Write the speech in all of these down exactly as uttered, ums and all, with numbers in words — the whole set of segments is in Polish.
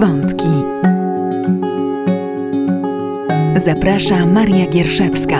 Wątki. Zaprasza Maria Gierszewska.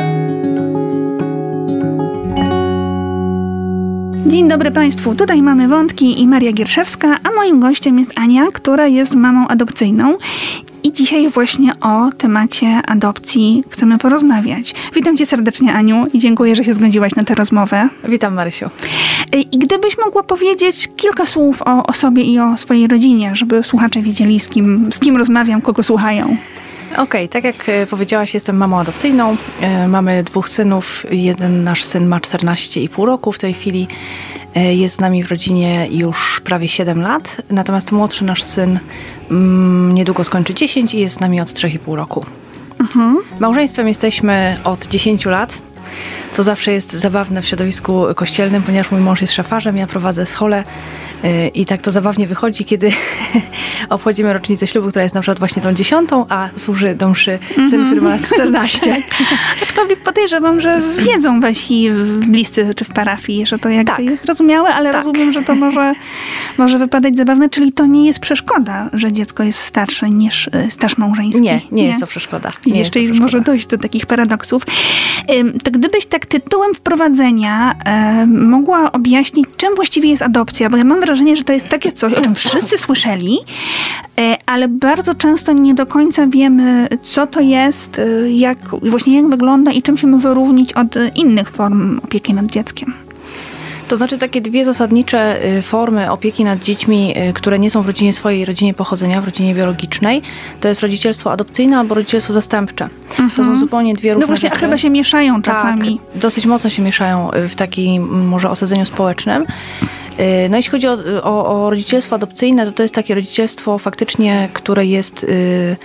Dzień dobry Państwu, tutaj mamy Wątki i Maria Gierszewska, a moim gościem jest Ania, która jest mamą adopcyjną. I dzisiaj właśnie o temacie adopcji chcemy porozmawiać. Witam Cię serdecznie, Aniu, i dziękuję, że się zgodziłaś na tę rozmowę. Witam, Marysiu. I gdybyś mogła powiedzieć kilka słów o, o sobie i o swojej rodzinie, żeby słuchacze wiedzieli, z kim, z kim rozmawiam, kogo słuchają. Okej, okay, tak jak powiedziałaś, jestem mamą adopcyjną. Mamy dwóch synów. Jeden nasz syn ma czternaście i pół roku w tej chwili. Jest z nami w rodzinie już prawie siedem lat. Natomiast młodszy nasz syn mm, niedługo skończy dziesięć i jest z nami od trzy i pół roku. Mhm. Małżeństwem jesteśmy od dziesięciu lat, co zawsze jest zabawne w środowisku kościelnym, ponieważ mój mąż jest szafarzem, ja prowadzę scholę. I tak to zabawnie wychodzi, kiedy obchodzimy rocznicę ślubu, która jest na przykład właśnie tą dziesiątą, a służy do mszy syn, mm-hmm. który ma lat czternaście. Aczkolwiek podejrzewam, że wiedzą wasi bliscy czy w parafii, że to jakby tak. jest zrozumiałe, ale tak. rozumiem, że to może, może wypadać zabawne, czyli to nie jest przeszkoda, że dziecko jest starsze niż staż małżeński. Nie, nie, nie jest to przeszkoda. Nie Widzisz, czyli może dojść do takich paradoksów. To gdybyś tak tytułem wprowadzenia e, mogła objaśnić, czym właściwie jest adopcja, bo ja mam wrażenie, że to jest takie coś, o czym wszyscy słyszeli, ale bardzo często nie do końca wiemy, co to jest, jak, właśnie jak wygląda i czym się ma wyróżnić od innych form opieki nad dzieckiem. To znaczy takie dwie zasadnicze formy opieki nad dziećmi, które nie są w rodzinie swojej, rodzinie pochodzenia, w rodzinie biologicznej, to jest rodzicielstwo adopcyjne albo rodzicielstwo zastępcze. Mhm. To są zupełnie dwie różne No właśnie, rzeczy. a chyba się mieszają czasami. Tak, dosyć mocno się mieszają w takim może osadzeniu społecznym. No jeśli chodzi o, o, o rodzicielstwo adopcyjne, to to jest takie rodzicielstwo faktycznie, które jest y,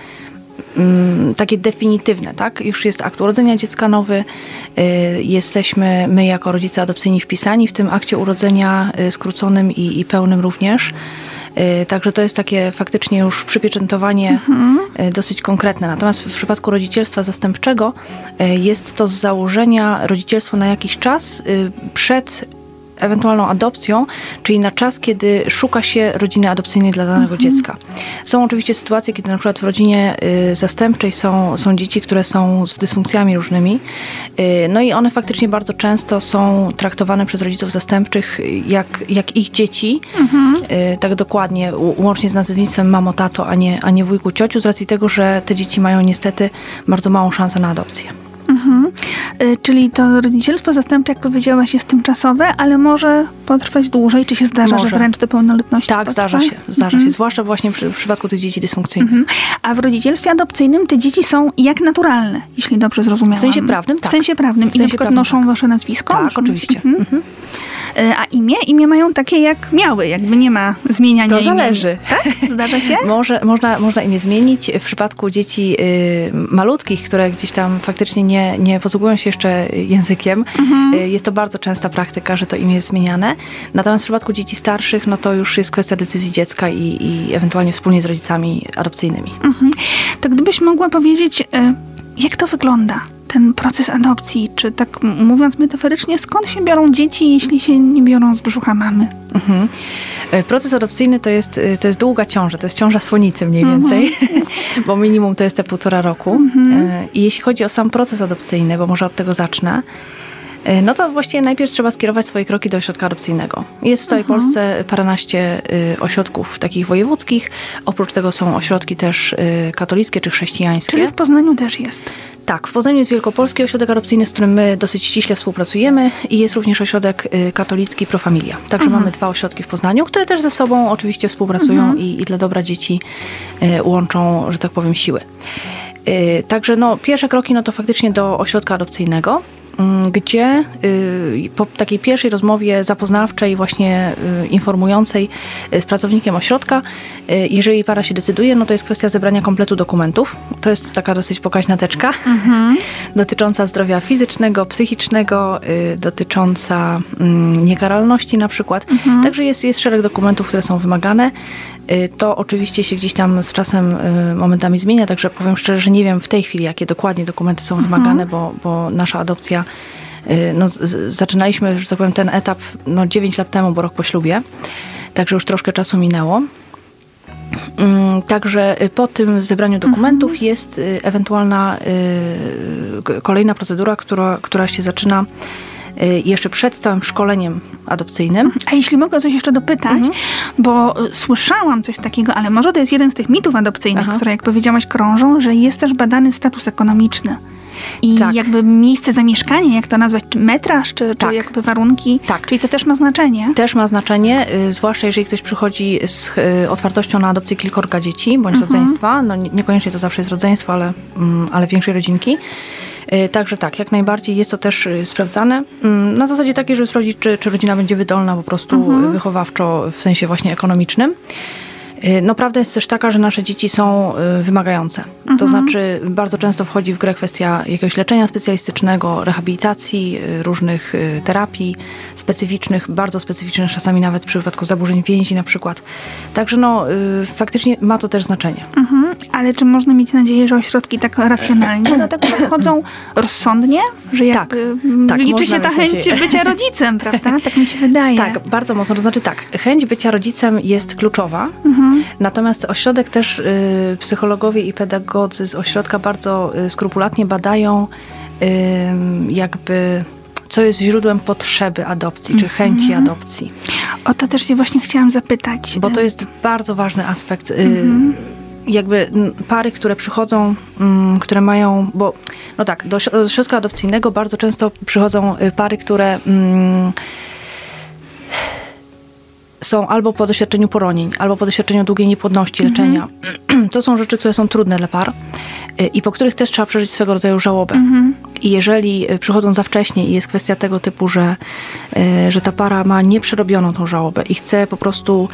y, takie definitywne, tak? Już jest akt urodzenia dziecka nowy, y, jesteśmy my jako rodzice adopcyjni wpisani w tym akcie urodzenia y, skróconym i, i pełnym również. Y, także to jest takie faktycznie już przypieczętowanie mhm. y, dosyć konkretne. Natomiast w przypadku rodzicielstwa zastępczego y, jest to z założenia rodzicielstwo na jakiś czas y, przed ewentualną adopcją, czyli na czas, kiedy szuka się rodziny adopcyjnej dla danego mhm. dziecka. Są oczywiście sytuacje, kiedy na przykład w rodzinie y, zastępczej są, są dzieci, które są z dysfunkcjami różnymi. Y, no i one faktycznie bardzo często są traktowane przez rodziców zastępczych jak, jak ich dzieci. Mhm. Y, tak dokładnie, u, łącznie z nazewnictwem mamo, tato, a nie, a nie wujku, ciociu, z racji tego, że te dzieci mają niestety bardzo małą szansę na adopcję. Mhm. Y, czyli to rodzicielstwo zastępcze, jak powiedziałaś, jest tymczasowe, ale może potrwać dłużej. Czy się zdarza, może. że wręcz do pełnoletności Tak, potrwa? zdarza się. Zdarza mhm. się, zwłaszcza właśnie w, w przypadku tych dzieci dysfunkcyjnych. Mhm. A w rodzicielstwie adopcyjnym te dzieci są jak naturalne, jeśli dobrze zrozumiałam. W sensie prawnym, tak. W sensie prawnym. W sensie I na przykład prawnym, noszą tak. wasze nazwisko? Tak, oczywiście. Mhm. Mhm. A imię? Imię mają takie, jak miały. Jakby nie ma zmieniania To zależy. Imienia. Tak? Zdarza się? Może, można, można imię zmienić. W przypadku dzieci y, malutkich, które gdzieś tam faktycznie nie, nie posługują się jeszcze językiem, mhm. y, jest to bardzo częsta praktyka, że to imię jest zmieniane. Natomiast w przypadku dzieci starszych, no to już jest kwestia decyzji dziecka i, i ewentualnie wspólnie z rodzicami adopcyjnymi. Mhm. To gdybyś mogła powiedzieć, y, jak to wygląda? Ten proces adopcji, czy tak mówiąc metaforycznie, skąd się biorą dzieci, jeśli się nie biorą z brzucha mamy? Mhm. Proces adopcyjny to jest, to jest długa ciąża, to jest ciąża słonicy mniej więcej, mhm. bo minimum to jest te półtora roku. Mhm. I jeśli chodzi o sam proces adopcyjny, bo może od tego zacznę, no to właściwie najpierw trzeba skierować swoje kroki do ośrodka adopcyjnego. Jest w całej mhm. Polsce paręnaście y, ośrodków takich wojewódzkich. Oprócz tego są ośrodki też y, katolickie czy chrześcijańskie. Czyli w Poznaniu też jest? Tak, w Poznaniu jest Wielkopolski Ośrodek Adopcyjny, z którym my dosyć ściśle współpracujemy i jest również ośrodek y, katolicki Pro Familia. Także mhm. mamy dwa ośrodki w Poznaniu, które też ze sobą oczywiście współpracują mhm. i, i dla dobra dzieci y, łączą, że tak powiem, siły. Y, także no, pierwsze kroki no to faktycznie do ośrodka adopcyjnego, gdzie y, po takiej pierwszej rozmowie zapoznawczej, właśnie y, informującej z pracownikiem ośrodka, y, jeżeli para się decyduje, no to jest kwestia zebrania kompletu dokumentów. To jest taka dosyć pokaźna teczka mhm. dotycząca zdrowia fizycznego, psychicznego, y, dotycząca y, niekaralności na przykład. Mhm. Także jest, jest szereg dokumentów, które są wymagane. To oczywiście się gdzieś tam z czasem momentami zmienia, także powiem szczerze, że nie wiem w tej chwili, jakie dokładnie dokumenty są mhm. wymagane, bo, bo nasza adopcja, no, z, zaczynaliśmy, że tak powiem, ten etap no, dziewięć lat temu, bo rok po ślubie, także już troszkę czasu minęło. Także po tym zebraniu dokumentów mhm. jest ewentualna kolejna procedura, która, która się zaczyna jeszcze przed całym szkoleniem adopcyjnym. A jeśli mogę coś jeszcze dopytać, mhm. bo słyszałam coś takiego, ale może to jest jeden z tych mitów adopcyjnych, Aha. które jak powiedziałaś krążą, że jest też badany status ekonomiczny. I tak. jakby miejsce zamieszkania, jak to nazwać, czy metraż, czy, tak. czy jakby warunki. Tak. Czyli to też ma znaczenie? Też ma znaczenie, y, zwłaszcza jeżeli ktoś przychodzi z y, otwartością na adopcję kilkorga dzieci, bądź mhm. rodzeństwa. No nie, niekoniecznie to zawsze jest rodzeństwo, ale, mm, ale większej rodzinki. Y, także tak, jak najbardziej jest to też y, sprawdzane. Y, na zasadzie takiej, żeby sprawdzić, czy, czy rodzina będzie wydolna po prostu mhm. wychowawczo, w sensie właśnie ekonomicznym. No prawda jest też taka, że nasze dzieci są wymagające. Mhm. To znaczy bardzo często wchodzi w grę kwestia jakiegoś leczenia specjalistycznego, rehabilitacji, różnych terapii specyficznych, bardzo specyficznych, czasami nawet w przypadku zaburzeń więzi na przykład. Także no faktycznie ma to też znaczenie. Mhm. Ale czy można mieć nadzieję, że ośrodki tak racjonalnie do tego podchodzą rozsądnie? Że jakby tak, tak, liczy się ta chęć nadzieję. bycia rodzicem, prawda? Tak mi się wydaje. Tak, bardzo mocno. To znaczy tak, chęć bycia rodzicem jest kluczowa. Mhm. Natomiast ośrodek też y, psychologowie i pedagodzy z ośrodka bardzo y, skrupulatnie badają y, jakby co jest źródłem potrzeby adopcji, czy chęci mm-hmm. adopcji. O to też się właśnie chciałam zapytać. Bo to jest bardzo ważny aspekt. Y, mm-hmm. Jakby pary, które przychodzą, y, które mają, bo no tak, do, do ośrodka adopcyjnego bardzo często przychodzą pary, które y, są albo po doświadczeniu poronień, albo po doświadczeniu długiej niepłodności, leczenia. Mm-hmm. To są rzeczy, które są trudne dla par i po których też trzeba przeżyć swego rodzaju żałobę. Mm-hmm. I jeżeli przychodzą za wcześnie i jest kwestia tego typu, że, że ta para ma nieprzerobioną tą żałobę i chce po prostu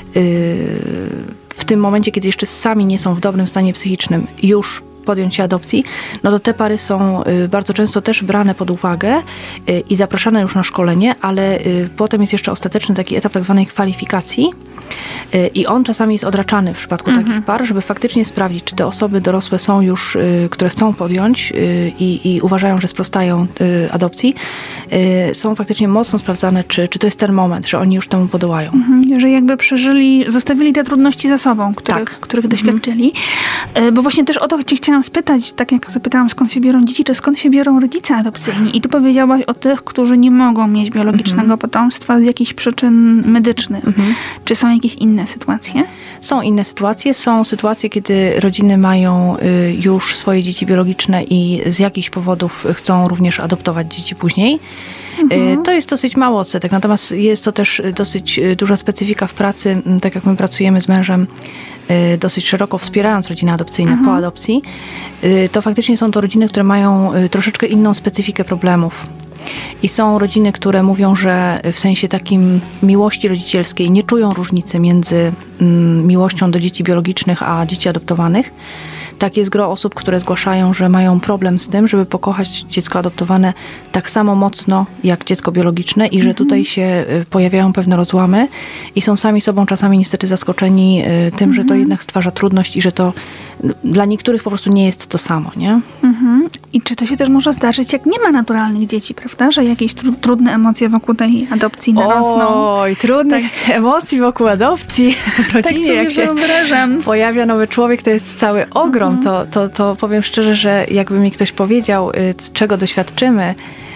w tym momencie, kiedy jeszcze sami nie są w dobrym stanie psychicznym, już podjąć się adopcji, no to te pary są bardzo często też brane pod uwagę i zapraszane już na szkolenie, ale potem jest jeszcze ostateczny taki etap tak zwanej kwalifikacji i on czasami jest odraczany w przypadku mhm. takich par, żeby faktycznie sprawdzić, czy te osoby dorosłe są już, które chcą podjąć i, i uważają, że sprostają adopcji, są faktycznie mocno sprawdzane, czy, czy to jest ten moment, że oni już temu podołają. Mhm. Że jakby przeżyli, zostawili te trudności za sobą, których, tak. których doświadczyli. Mhm. Bo właśnie też o to cię chciałam spytać, tak jak zapytałam, skąd się biorą dzieci, czy skąd się biorą rodzice adopcyjni. I tu powiedziałaś o tych, którzy nie mogą mieć biologicznego mhm. potomstwa z jakichś przyczyn medycznych. Mhm. Czy są jakieś inne sytuacje? Są inne sytuacje. Są sytuacje, kiedy rodziny mają już swoje dzieci biologiczne i z jakichś powodów chcą również adoptować dzieci później. Mhm. To jest dosyć mały odsetek, natomiast jest to też dosyć duża specyfika w pracy, tak jak my pracujemy z mężem dosyć szeroko wspierając rodziny adopcyjne mhm. po adopcji, to faktycznie są to rodziny, które mają troszeczkę inną specyfikę problemów. I są rodziny, które mówią, że w sensie takim miłości rodzicielskiej nie czują różnicy między mm, miłością do dzieci biologicznych a dzieci adoptowanych. Tak jest gro osób, które zgłaszają, że mają problem z tym, żeby pokochać dziecko adoptowane tak samo mocno jak dziecko biologiczne i że tutaj się pojawiają pewne rozłamy i są sami sobą czasami niestety zaskoczeni tym, mhm. że to jednak stwarza trudność i że to dla niektórych po prostu nie jest to samo, nie? Mhm. I czy to się też może zdarzyć, jak nie ma naturalnych dzieci, prawda? Że jakieś tru- trudne emocje wokół tej adopcji narosną. Oj, trudnych tak. emocji wokół adopcji w rodzinie, tak jak się wyobrażam. pojawia nowy człowiek, to jest cały ogrom. Mhm. To, to, to powiem szczerze, że jakby mi ktoś powiedział, czego doświadczymy,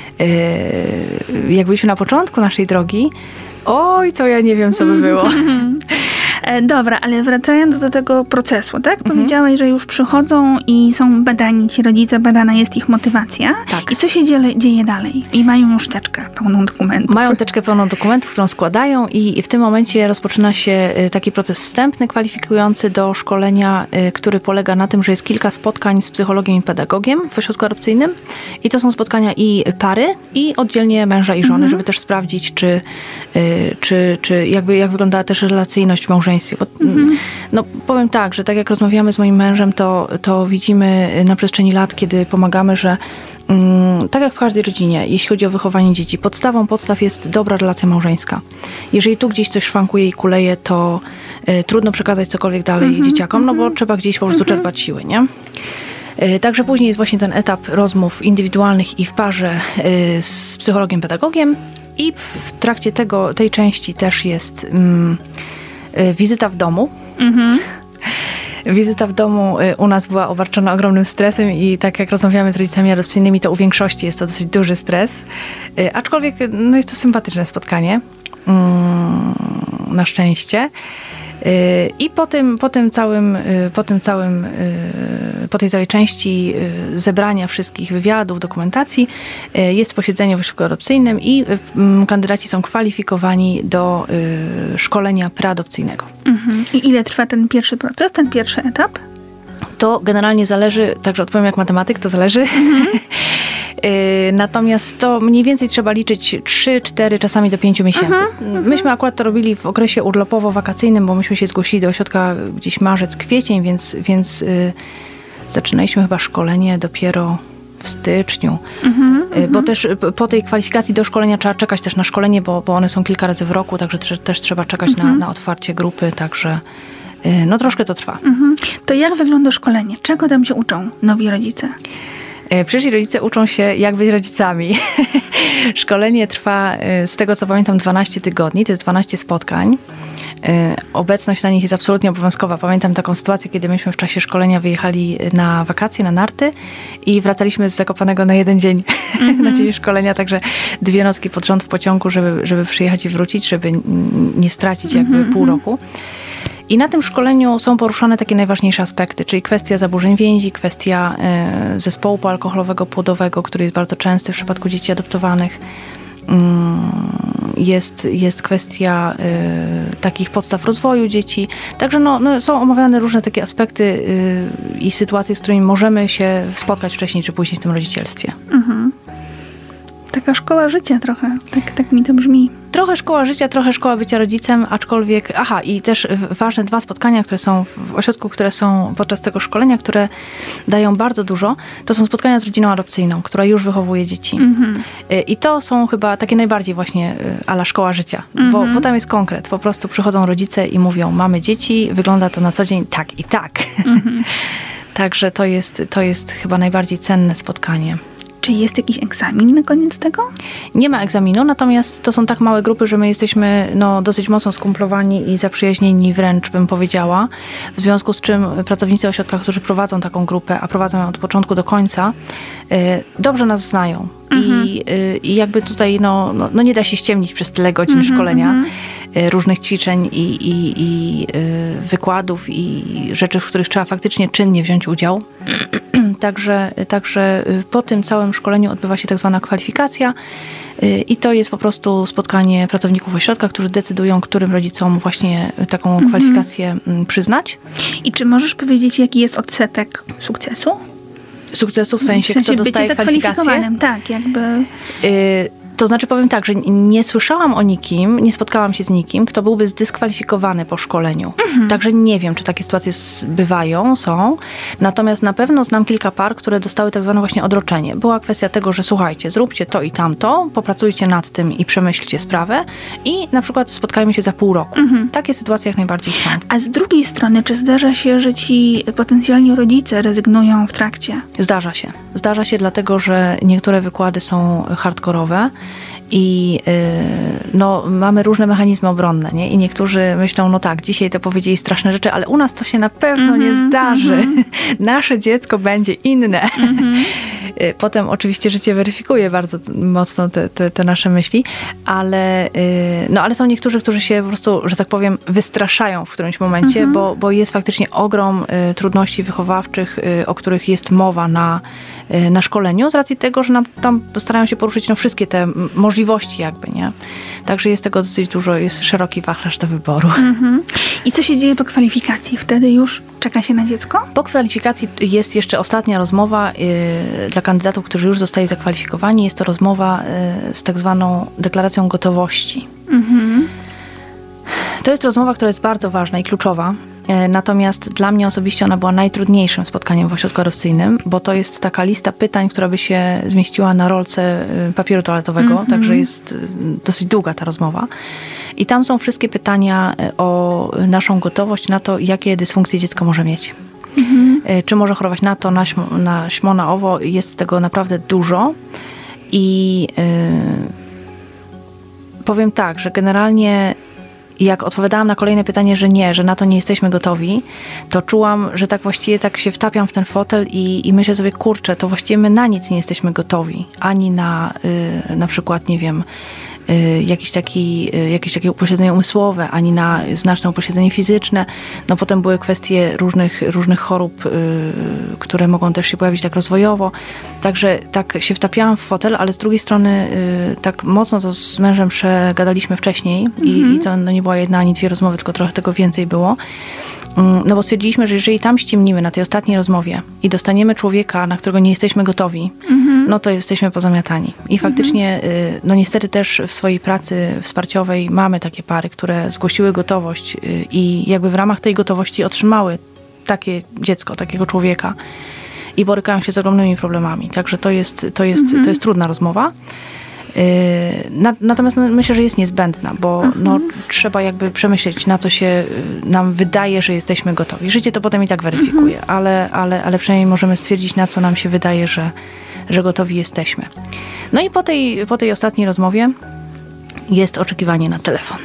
jak byliśmy na początku naszej drogi, oj, to ja nie wiem, co by było. Dobra, ale wracając do tego procesu, tak? Mhm. Powiedziałeś, że już przychodzą i są badani ci rodzice, badana jest ich motywacja. Tak. I co się dzieje, dzieje dalej? I mają już teczkę pełną dokumentów. Mają teczkę pełną dokumentów, którą składają i w tym momencie rozpoczyna się taki proces wstępny, kwalifikujący do szkolenia, który polega na tym, że jest kilka spotkań z psychologiem i pedagogiem w ośrodku adopcyjnym. I to są spotkania i pary, i oddzielnie męża i żony, mhm. żeby też sprawdzić, czy, czy, czy jakby, jak wygląda też relacyjność w małżeństwie. Bo, mhm. No powiem tak, że tak jak rozmawiamy z moim mężem, to, to widzimy na przestrzeni lat, kiedy pomagamy, że mm, tak jak w każdej rodzinie, jeśli chodzi o wychowanie dzieci, podstawą podstaw jest dobra relacja małżeńska. Jeżeli tu gdzieś coś szwankuje i kuleje, to y, trudno przekazać cokolwiek dalej mhm. dzieciakom, no bo trzeba gdzieś po prostu mhm. czerpać siły, nie? Także później jest właśnie ten etap rozmów indywidualnych i w parze y, z psychologiem, pedagogiem i w trakcie tego, tej części też jest mm, wizyta w domu. Mhm. Wizyta w domu u nas była obarczona ogromnym stresem i tak jak rozmawiamy z rodzicami adopcyjnymi, to u większości jest to dosyć duży stres. Aczkolwiek no jest to sympatyczne spotkanie. Na szczęście. I po tym, po tym całym, po tym całym, po tej całej części zebrania wszystkich wywiadów, dokumentacji jest posiedzenie w ośrodku adopcyjnym i kandydaci są kwalifikowani do szkolenia preadopcyjnego. Mhm. I ile trwa ten pierwszy proces, ten pierwszy etap? To generalnie zależy, także odpowiem jak matematyk, to zależy. Mhm. Natomiast to mniej więcej trzeba liczyć trzy, cztery, czasami do pięciu miesięcy. Mhm. Myśmy akurat to robili w okresie urlopowo-wakacyjnym, bo myśmy się zgłosili do ośrodka gdzieś marzec, kwiecień, więc, więc y, zaczynaliśmy chyba szkolenie dopiero w styczniu. Mhm, bo też po tej kwalifikacji do szkolenia trzeba czekać też na szkolenie, bo, bo one są kilka razy w roku, także też, też trzeba czekać mhm. na, na otwarcie grupy, także y, no troszkę to trwa. Mhm. To jak wygląda szkolenie? Czego tam się uczą nowi rodzice? Przyszli rodzice uczą się, jak być rodzicami. Szkolenie trwa, z tego co pamiętam, dwanaście tygodni. To jest dwanaście spotkań. Obecność na nich jest absolutnie obowiązkowa. Pamiętam taką sytuację, kiedy myśmy w czasie szkolenia wyjechali na wakacje, na narty i wracaliśmy z Zakopanego na jeden dzień, mm-hmm. na dzień szkolenia, także dwie nocki pod rząd w pociągu, żeby, żeby przyjechać i wrócić, żeby nie stracić jakby mm-hmm. pół roku. I na tym szkoleniu są poruszane takie najważniejsze aspekty, czyli kwestia zaburzeń więzi, kwestia y, zespołu poalkoholowego płodowego, który jest bardzo częsty w przypadku dzieci adoptowanych. Y, jest, jest kwestia y, takich podstaw rozwoju dzieci. Także no, no, są omawiane różne takie aspekty y, i sytuacje, z którymi możemy się spotkać wcześniej czy później w tym rodzicielstwie. Mhm. Taka szkoła życia trochę, tak, tak mi to brzmi. Trochę szkoła życia, trochę szkoła bycia rodzicem, aczkolwiek, aha, i też ważne dwa spotkania, które są w ośrodku, które są podczas tego szkolenia, które dają bardzo dużo, to są spotkania z rodziną adopcyjną, która już wychowuje dzieci. Mm-hmm. I to są chyba takie najbardziej właśnie a la szkoła życia, mm-hmm. bo, bo tam jest konkret. Po prostu przychodzą rodzice i mówią, mamy dzieci, wygląda to na co dzień tak i tak. Mm-hmm. Także to jest, to jest chyba najbardziej cenne spotkanie. Czy jest jakiś egzamin na koniec tego? Nie ma egzaminu, natomiast to są tak małe grupy, że my jesteśmy no, dosyć mocno skumplowani i zaprzyjaźnieni wręcz, bym powiedziała. W związku z czym pracownicy ośrodka, którzy prowadzą taką grupę, a prowadzą ją od początku do końca, y, dobrze nas znają. Mhm. I, y, I jakby tutaj no, no, no nie da się ściemnić przez tyle godzin mhm, szkolenia, mhm. y, różnych ćwiczeń i, i, i y, wykładów i rzeczy, w których trzeba faktycznie czynnie wziąć udział. Także, także po tym całym szkoleniu odbywa się tak zwana kwalifikacja i to jest po prostu spotkanie pracowników ośrodka, którzy decydują, którym rodzicom właśnie taką mhm. kwalifikację przyznać. I czy możesz powiedzieć, jaki jest odsetek sukcesu? Sukcesu w sensie, w sensie kto dostaje kwalifikację? Tak, jakby... Y- To znaczy powiem tak, że nie słyszałam o nikim, nie spotkałam się z nikim, kto byłby zdyskwalifikowany po szkoleniu. Mhm. Także nie wiem, czy takie sytuacje bywają, są. Natomiast na pewno znam kilka par, które dostały tak zwane właśnie odroczenie. Była kwestia tego, że słuchajcie, zróbcie to i tamto, popracujcie nad tym i przemyślcie sprawę i na przykład spotkajmy się za pół roku. Mhm. Takie sytuacje jak najbardziej są. A z drugiej strony, czy zdarza się, że ci potencjalni rodzice rezygnują w trakcie? Zdarza się. Zdarza się dlatego, że niektóre wykłady są hardkorowe. I yy, no, mamy różne mechanizmy obronne, nie? I niektórzy myślą, no tak, dzisiaj to powiedzieli straszne rzeczy, ale u nas to się na pewno mm-hmm, nie zdarzy. Mm-hmm. Nasze dziecko będzie inne. Mm-hmm. Potem oczywiście życie weryfikuje bardzo mocno te, te, te nasze myśli, ale, yy, no, ale są niektórzy, którzy się po prostu, że tak powiem, wystraszają w którymś momencie, mm-hmm. bo, bo jest faktycznie ogrom y, trudności wychowawczych, y, o których jest mowa na na szkoleniu, z racji tego, że nam, tam starają się poruszyć no, wszystkie te możliwości jakby, nie? Także jest tego dosyć dużo, jest szeroki wachlarz do wyboru. Mm-hmm. I co się dzieje po kwalifikacji? Wtedy już czeka się na dziecko? Po kwalifikacji jest jeszcze ostatnia rozmowa y, dla kandydatów, którzy już zostali zakwalifikowani. Jest to rozmowa y, z tak zwaną deklaracją gotowości. Mm-hmm. To jest rozmowa, która jest bardzo ważna i kluczowa. Natomiast dla mnie osobiście ona była najtrudniejszym spotkaniem w ośrodku adopcyjnym, bo to jest taka lista pytań, która by się zmieściła na rolce papieru toaletowego, mm-hmm. także jest dosyć długa ta rozmowa. I tam są wszystkie pytania o naszą gotowość na to, jakie dysfunkcje dziecko może mieć. Mm-hmm. Czy może chorować na to, na, śm- na śmo, na owo. Jest tego naprawdę dużo. I yy, powiem tak, że generalnie I jak odpowiadałam na kolejne pytanie, że nie, że na to nie jesteśmy gotowi, to czułam, że tak właściwie tak się wtapiam w ten fotel i, i myślę sobie, kurczę, to właściwie my na nic nie jesteśmy gotowi. Ani na y, na przykład, nie wiem, y, jakieś, taki, y, jakieś takie upośledzenie umysłowe, ani na znaczne upośledzenie fizyczne. No potem były kwestie różnych, różnych chorób, y, które mogą też się pojawić tak rozwojowo. Także tak się wtapiałam w fotel, ale z drugiej strony y, tak mocno to z mężem przegadaliśmy wcześniej i, mm-hmm. i to no, nie była jedna ani dwie rozmowy, tylko trochę tego więcej było. No bo stwierdziliśmy, że jeżeli tam ściemnimy na tej ostatniej rozmowie i dostaniemy człowieka, na którego nie jesteśmy gotowi, mm-hmm. no to jesteśmy pozamiatani. I faktycznie, mm-hmm. no niestety też w swojej pracy wsparciowej mamy takie pary, które zgłosiły gotowość i jakby w ramach tej gotowości otrzymały takie dziecko, takiego człowieka i borykają się z ogromnymi problemami. Także to jest, to jest, mm-hmm. to jest trudna rozmowa. Natomiast no, myślę, że jest niezbędna, bo mhm. no, trzeba jakby przemyśleć, na co się nam wydaje, że jesteśmy gotowi. Życie to potem i tak weryfikuje, mhm. ale, ale, ale przynajmniej możemy stwierdzić, na co nam się wydaje, że, że gotowi jesteśmy. No i po tej, po tej ostatniej rozmowie jest oczekiwanie na telefon.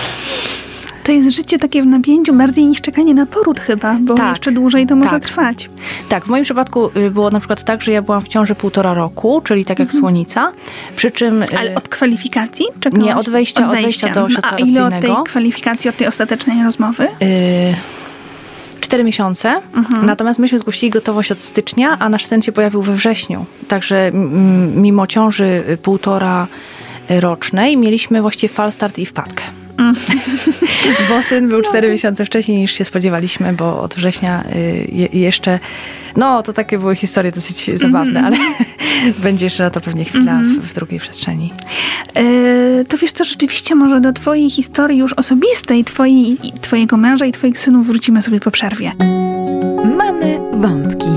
To jest życie takie w napięciu, bardziej niż czekanie na poród chyba, bo tak, jeszcze dłużej to może tak. trwać. Tak, w moim przypadku było na przykład tak, że ja byłam w ciąży półtora roku, czyli tak jak mhm. słonica, przy czym... Ale od kwalifikacji? Czekałaś? Nie, od wejścia, od wejścia do ośrodka adopcyjnego. A ile od tej kwalifikacji, od tej ostatecznej rozmowy? Yy, cztery miesiące, mhm. natomiast myśmy zgłosili gotowość od stycznia, a nasz syn się pojawił we wrześniu. Także m- mimo ciąży półtora rocznej mieliśmy właściwie falstart i wpadkę. Mm. Bo syn był cztery no, miesiące wcześniej niż się spodziewaliśmy, bo od września y, jeszcze, no to takie były historie dosyć zabawne, mm. ale będzie jeszcze na to pewnie chwila mm. w, w drugiej przestrzeni. Yy, to wiesz co, rzeczywiście może do twojej historii już osobistej, twojej, twojego męża i twoich synów wrócimy sobie po przerwie. Mamy wątki.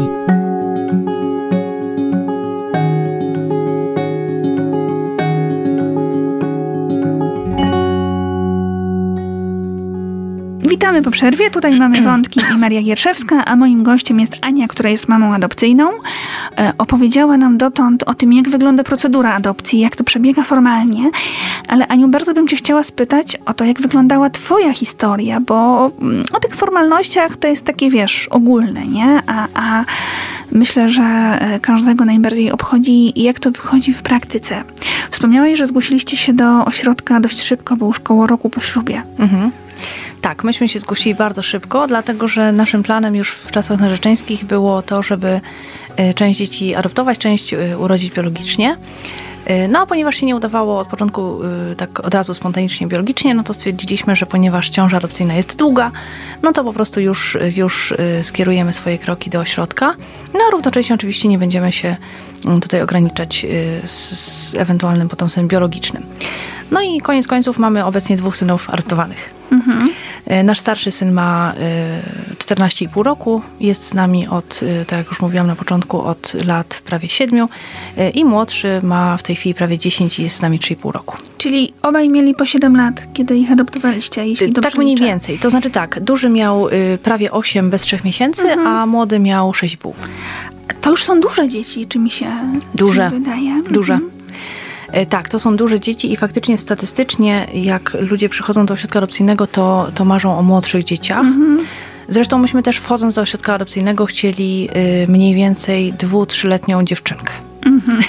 Witamy po przerwie. Tutaj mamy wątki i Maria Gierszewska, a moim gościem jest Ania, która jest mamą adopcyjną. E, opowiedziała nam dotąd o tym, jak wygląda procedura adopcji, jak to przebiega formalnie. Ale Aniu, bardzo bym cię chciała spytać o to, jak wyglądała twoja historia, bo o tych formalnościach to jest takie, wiesz, ogólne, nie? A, a myślę, że każdego najbardziej obchodzi, jak to wychodzi w praktyce. Wspomniałaś, że zgłosiliście się do ośrodka dość szybko, bo już koło roku po ślubie. Mhm. Tak, myśmy się zgłosili bardzo szybko, dlatego że naszym planem już w czasach narzeczeńskich było to, żeby część dzieci adoptować, część urodzić biologicznie. No a ponieważ się nie udawało od początku tak od razu spontanicznie biologicznie, no to stwierdziliśmy, że ponieważ ciąża adopcyjna jest długa, no to po prostu już, już skierujemy swoje kroki do ośrodka. No a równocześnie oczywiście nie będziemy się tutaj ograniczać z, z ewentualnym potomstwem biologicznym. No i koniec końców mamy obecnie dwóch synów adoptowanych. Mhm. Nasz starszy syn ma czternaście i pół roku, jest z nami od, tak jak już mówiłam na początku, od lat prawie siedmiu i młodszy ma w tej chwili prawie dziesięć i jest z nami trzy i pół roku. Czyli obaj mieli po siedem lat, kiedy ich adoptowaliście, jeśli dobrze Tak mniej liczę. więcej. To znaczy tak, duży miał prawie osiem bez trzech miesięcy, mhm. a młody miał sześć i pół. To już są duże dzieci, czy mi się, duże. Czy mi wydaje? Duże. Mhm. Tak, to są duże dzieci i faktycznie statystycznie, jak ludzie przychodzą do ośrodka adopcyjnego, to, to marzą o młodszych dzieciach. Mhm. Zresztą myśmy też wchodząc do ośrodka adopcyjnego chcieli y, mniej więcej dwu-, trzyletnią dziewczynkę. Mhm.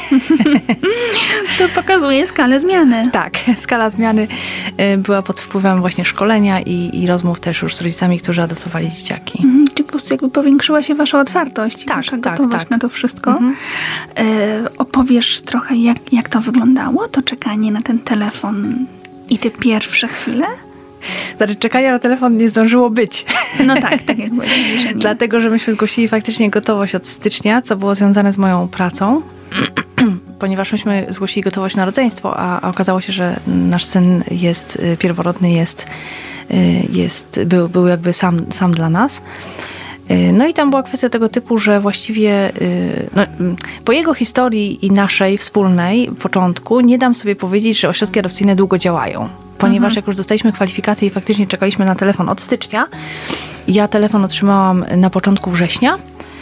To pokazuje skalę zmiany. Tak, skala zmiany y, była pod wpływem właśnie szkolenia i, i rozmów też już z rodzicami, którzy adoptowali dzieciaki. Mhm. Czyli po prostu jakby powiększyła się wasza otwartość i tak, wasza tak, gotowość tak. na to wszystko. Mhm. Y, opowiesz trochę, jak, jak to wyglądało, to czekanie na ten telefon i te pierwsze chwile? Znaczy, czekania na telefon nie zdążyło być. No tak, tak jak mówię. Dlatego, że myśmy zgłosili faktycznie gotowość od stycznia, co było związane z moją pracą. Ponieważ myśmy zgłosili gotowość na rodzeństwo, a, a okazało się, że nasz syn jest pierworodny, jest, jest, był, był jakby sam, sam dla nas. No i tam była kwestia tego typu, że właściwie no, po jego historii i naszej wspólnej początku nie dam sobie powiedzieć, że ośrodki adopcyjne długo działają. Ponieważ mhm. jak już dostaliśmy kwalifikacje i faktycznie czekaliśmy na telefon od stycznia, ja telefon otrzymałam na początku września.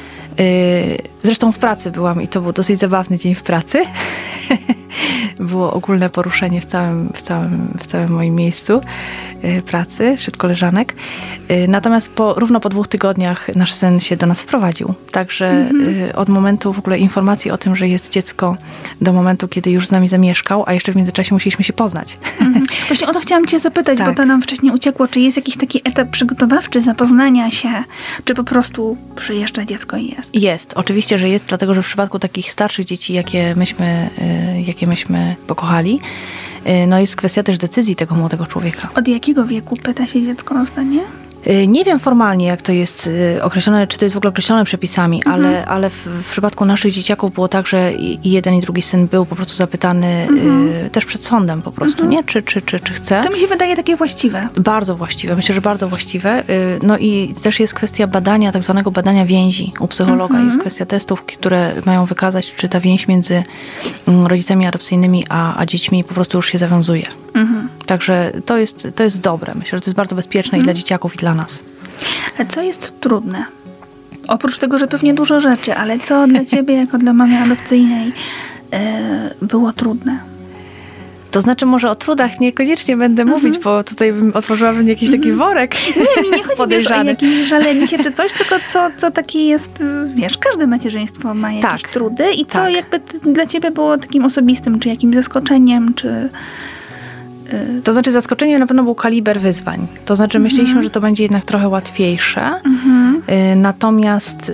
Zresztą w pracy byłam i to był dosyć zabawny dzień w pracy. Było ogólne poruszenie w całym, w całym, w całym moim miejscu. pracy wśród koleżanek. Natomiast po, równo po dwóch tygodniach nasz syn się do nas wprowadził. Także mhm. od momentu w ogóle informacji o tym, że jest dziecko, do momentu, kiedy już z nami zamieszkał, a jeszcze w międzyczasie musieliśmy się poznać. Mhm. Właśnie o to chciałam cię zapytać, tak. bo to nam wcześniej uciekło. Czy jest jakiś taki etap przygotowawczy zapoznania się, czy po prostu przyjeżdża dziecko i jest? Jest. Oczywiście, że jest, dlatego że w przypadku takich starszych dzieci, jakie myśmy, jakie myśmy pokochali, no jest kwestia też decyzji tego młodego człowieka. Od jakiego wieku pyta się dziecko o zdanie? Nie wiem formalnie, jak to jest określone, czy to jest w ogóle określone przepisami, mhm. ale, ale w, w przypadku naszych dzieciaków było tak, że i jeden, i drugi syn był po prostu zapytany mhm. y, też przed sądem po prostu, mhm. nie? Czy, czy, czy, czy chce. To mi się wydaje takie właściwe. Bardzo właściwe. Myślę, że bardzo właściwe. Y, no i też jest kwestia badania, tak zwanego badania więzi u psychologa. Mhm. Jest kwestia testów, które mają wykazać, czy ta więź między rodzicami adopcyjnymi a, a dziećmi po prostu już się zawiązuje. Mhm. Także to jest, to jest dobre. Myślę, że to jest bardzo bezpieczne mhm. i dla dzieciaków, i dla nas. A co jest trudne? Oprócz tego, że pewnie dużo rzeczy, ale co dla ciebie, jako dla mamy adopcyjnej, yy, było trudne? To znaczy, może o trudach niekoniecznie będę mm-hmm. mówić, bo tutaj otworzyłabym jakiś taki mm-hmm. worek Nie, mi nie chodzi wiesz, o jakieś żalenie się czy coś, tylko co, co takie jest, wiesz, każde macierzyństwo ma jakieś tak. trudy i co tak. jakby dla ciebie było takim osobistym, czy jakimś zaskoczeniem, czy... To znaczy zaskoczeniem na pewno był kaliber wyzwań. To znaczy myśleliśmy, mhm. że to będzie jednak trochę łatwiejsze. Mhm. Natomiast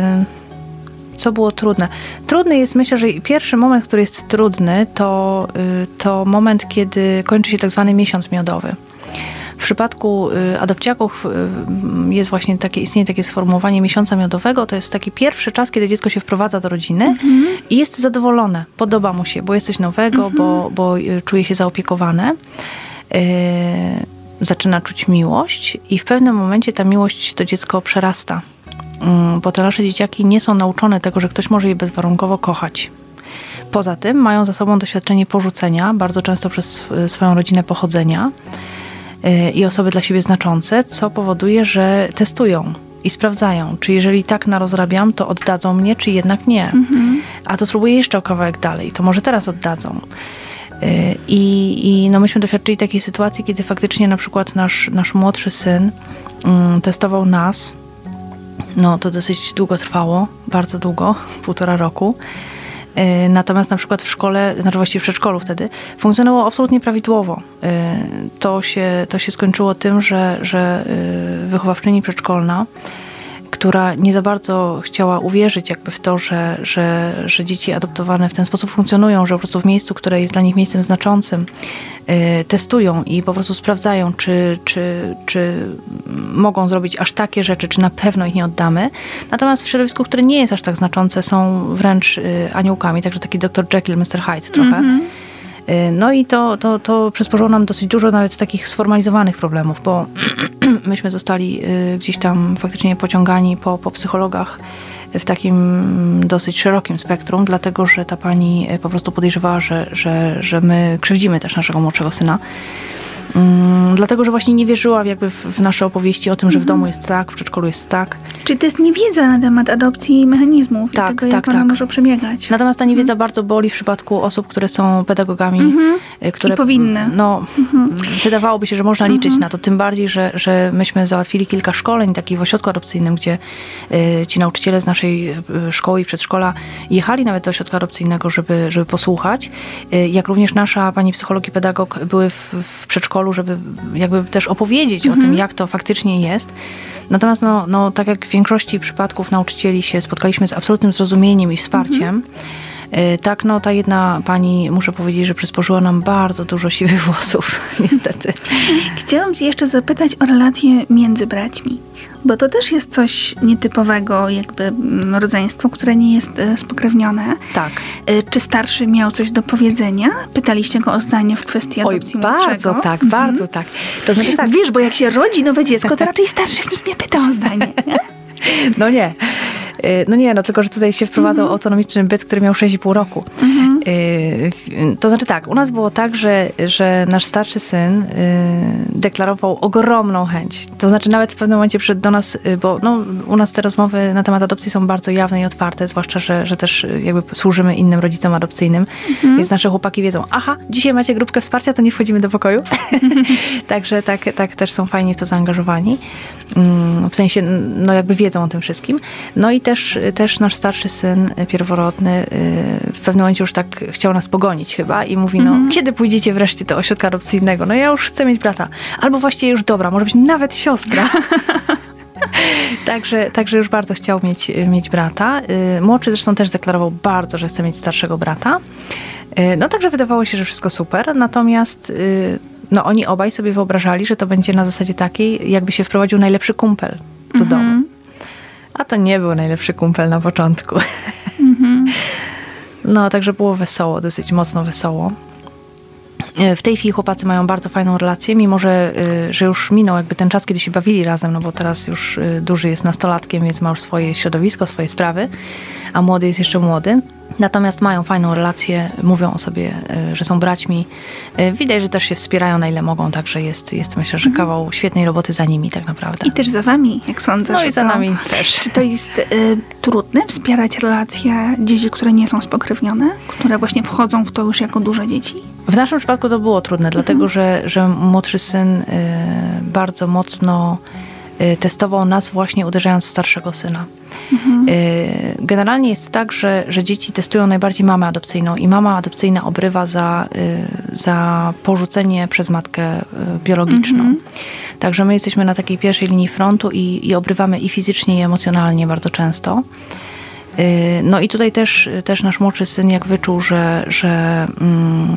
co było trudne? Trudny jest, myślę, że pierwszy moment, który jest trudny, to, to moment, kiedy kończy się tak zwany miesiąc miodowy. W przypadku adopciaków jest właśnie takie, istnieje takie sformułowanie miesiąca miodowego. To jest taki pierwszy czas, kiedy dziecko się wprowadza do rodziny mhm. i jest zadowolone. Podoba mu się, bo jest coś nowego, mhm. bo, bo czuje się zaopiekowane. Yy, zaczyna czuć miłość i w pewnym momencie ta miłość to dziecko przerasta. Yy, bo te nasze dzieciaki nie są nauczone tego, że ktoś może je bezwarunkowo kochać. Poza tym mają za sobą doświadczenie porzucenia, bardzo często przez swoją rodzinę pochodzenia. I osoby dla siebie znaczące, co powoduje, że testują i sprawdzają, czy jeżeli tak narozrabiam, to oddadzą mnie, czy jednak nie. Mhm. A to spróbuję jeszcze o kawałek dalej, to może teraz oddadzą. I, i no myśmy doświadczyli takiej sytuacji, kiedy faktycznie na przykład nasz, nasz młodszy syn um, testował nas. No to dosyć długo trwało, bardzo długo, półtora roku. Natomiast na przykład w szkole, znaczy właściwie w przedszkolu wtedy, funkcjonowało absolutnie prawidłowo. To się, to się skończyło tym, że, że wychowawczyni przedszkolna, która nie za bardzo chciała uwierzyć jakby w to, że, że, że dzieci adoptowane w ten sposób funkcjonują, że po prostu w miejscu, które jest dla nich miejscem znaczącym, testują i po prostu sprawdzają, czy, czy, czy mogą zrobić aż takie rzeczy, czy na pewno ich nie oddamy. Natomiast w środowisku, które nie jest aż tak znaczące, są wręcz aniołkami, także taki doktor Jekyll, mister Hyde trochę. Mm-hmm. No i to, to, to przysporzyło nam dosyć dużo nawet takich sformalizowanych problemów, bo myśmy zostali gdzieś tam faktycznie pociągani po, po psychologach w takim dosyć szerokim spektrum, dlatego że ta pani po prostu podejrzewała, że, że, że my krzywdzimy też naszego młodszego syna. Um, dlatego, że właśnie nie wierzyła jakby w, w nasze opowieści o tym, że w domu jest tak, w przedszkolu jest tak. Czyli to jest niewiedza na temat adopcji i mechanizmów, tak, tego, tak, jak tak. ona może przebiegać. Natomiast ta niewiedza mhm. bardzo boli w przypadku osób, które są pedagogami, mhm. które I powinny. No, mhm. wydawałoby się, że można liczyć mhm. na to, tym bardziej, że, że myśmy załatwili kilka szkoleń takich w ośrodku adopcyjnym, gdzie y, ci nauczyciele z naszej y, szkoły i przedszkola jechali nawet do ośrodka adopcyjnego, żeby, żeby posłuchać. Y, jak również nasza pani psycholog i pedagog były w, w przedszkolu, żeby jakby też opowiedzieć mhm. o tym, jak to faktycznie jest. Natomiast no, no, tak jak w większości przypadków nauczycieli się spotkaliśmy z absolutnym zrozumieniem i wsparciem, mhm. tak, no ta jedna pani, muszę powiedzieć, że przysporzyła nam bardzo dużo siwych włosów, niestety. Chciałam cię jeszcze zapytać o relacje między braćmi, bo to też jest coś nietypowego, jakby rodzeństwo, które nie jest spokrewnione. Tak. Czy starszy miał coś do powiedzenia? Pytaliście go o zdanie w kwestii adopcji Oj, bardzo młodszego? tak, mhm. bardzo tak. To znaczy tak. Wiesz, bo jak się rodzi nowe dziecko, to raczej starszych nikt nie pyta o zdanie. Nie? No nie. No nie, no tylko, że tutaj się wprowadzał mm-hmm. autonomiczny byt, który miał sześć i pół roku. Mm-hmm. To znaczy tak, u nas było tak, że, że nasz starszy syn deklarował ogromną chęć. To znaczy nawet w pewnym momencie przyszedł do nas, bo no, u nas te rozmowy na temat adopcji są bardzo jawne i otwarte, zwłaszcza, że, że też jakby służymy innym rodzicom adopcyjnym, mhm. więc nasze chłopaki wiedzą, aha, dzisiaj macie grupkę wsparcia, to nie wchodzimy do pokoju. Także tak, tak też są fajnie w to zaangażowani. W sensie, no jakby wiedzą o tym wszystkim. No i też, też nasz starszy syn pierworodny w pewnym momencie już tak chciał nas pogonić chyba i mówi, no mm-hmm. kiedy pójdziecie wreszcie do ośrodka adopcyjnego? No ja już chcę mieć brata. Albo właściwie już dobra, może być nawet siostra. Także, także już bardzo chciał mieć, mieć brata. Młodszy zresztą też deklarował bardzo, że chce mieć starszego brata. No także wydawało się, że wszystko super. Natomiast no, oni obaj sobie wyobrażali, że to będzie na zasadzie takiej, jakby się wprowadził najlepszy kumpel do mm-hmm. domu. A to nie był najlepszy kumpel na początku. Mm-hmm. No, także było wesoło, dosyć mocno wesoło. W tej chwili chłopacy mają bardzo fajną relację, mimo że, że już minął jakby ten czas, kiedy się bawili razem, no bo teraz już duży jest nastolatkiem, więc ma już swoje środowisko, swoje sprawy, a młody jest jeszcze młody. Natomiast mają fajną relację, mówią o sobie, że są braćmi. Widać, że też się wspierają na ile mogą, także jest, jest myślę, że kawał świetnej roboty za nimi tak naprawdę. I też za wami, jak sądzę. No że i za to, nami też. Czy to jest y, trudne wspierać relacje dzieci, które nie są spokrewnione, które właśnie wchodzą w to już jako duże dzieci? W naszym przypadku to było trudne, mhm. dlatego że, że młodszy syn y, bardzo mocno y, testował nas właśnie uderzając w starszego syna. Mhm. Generalnie jest tak, że, że dzieci testują najbardziej mamę adopcyjną i mama adopcyjna obrywa za, za porzucenie przez matkę biologiczną. Mhm. Także my jesteśmy na takiej pierwszej linii frontu i, i obrywamy i fizycznie, i emocjonalnie bardzo często. No i tutaj też, też nasz młodszy syn jak wyczuł, że, że, mm,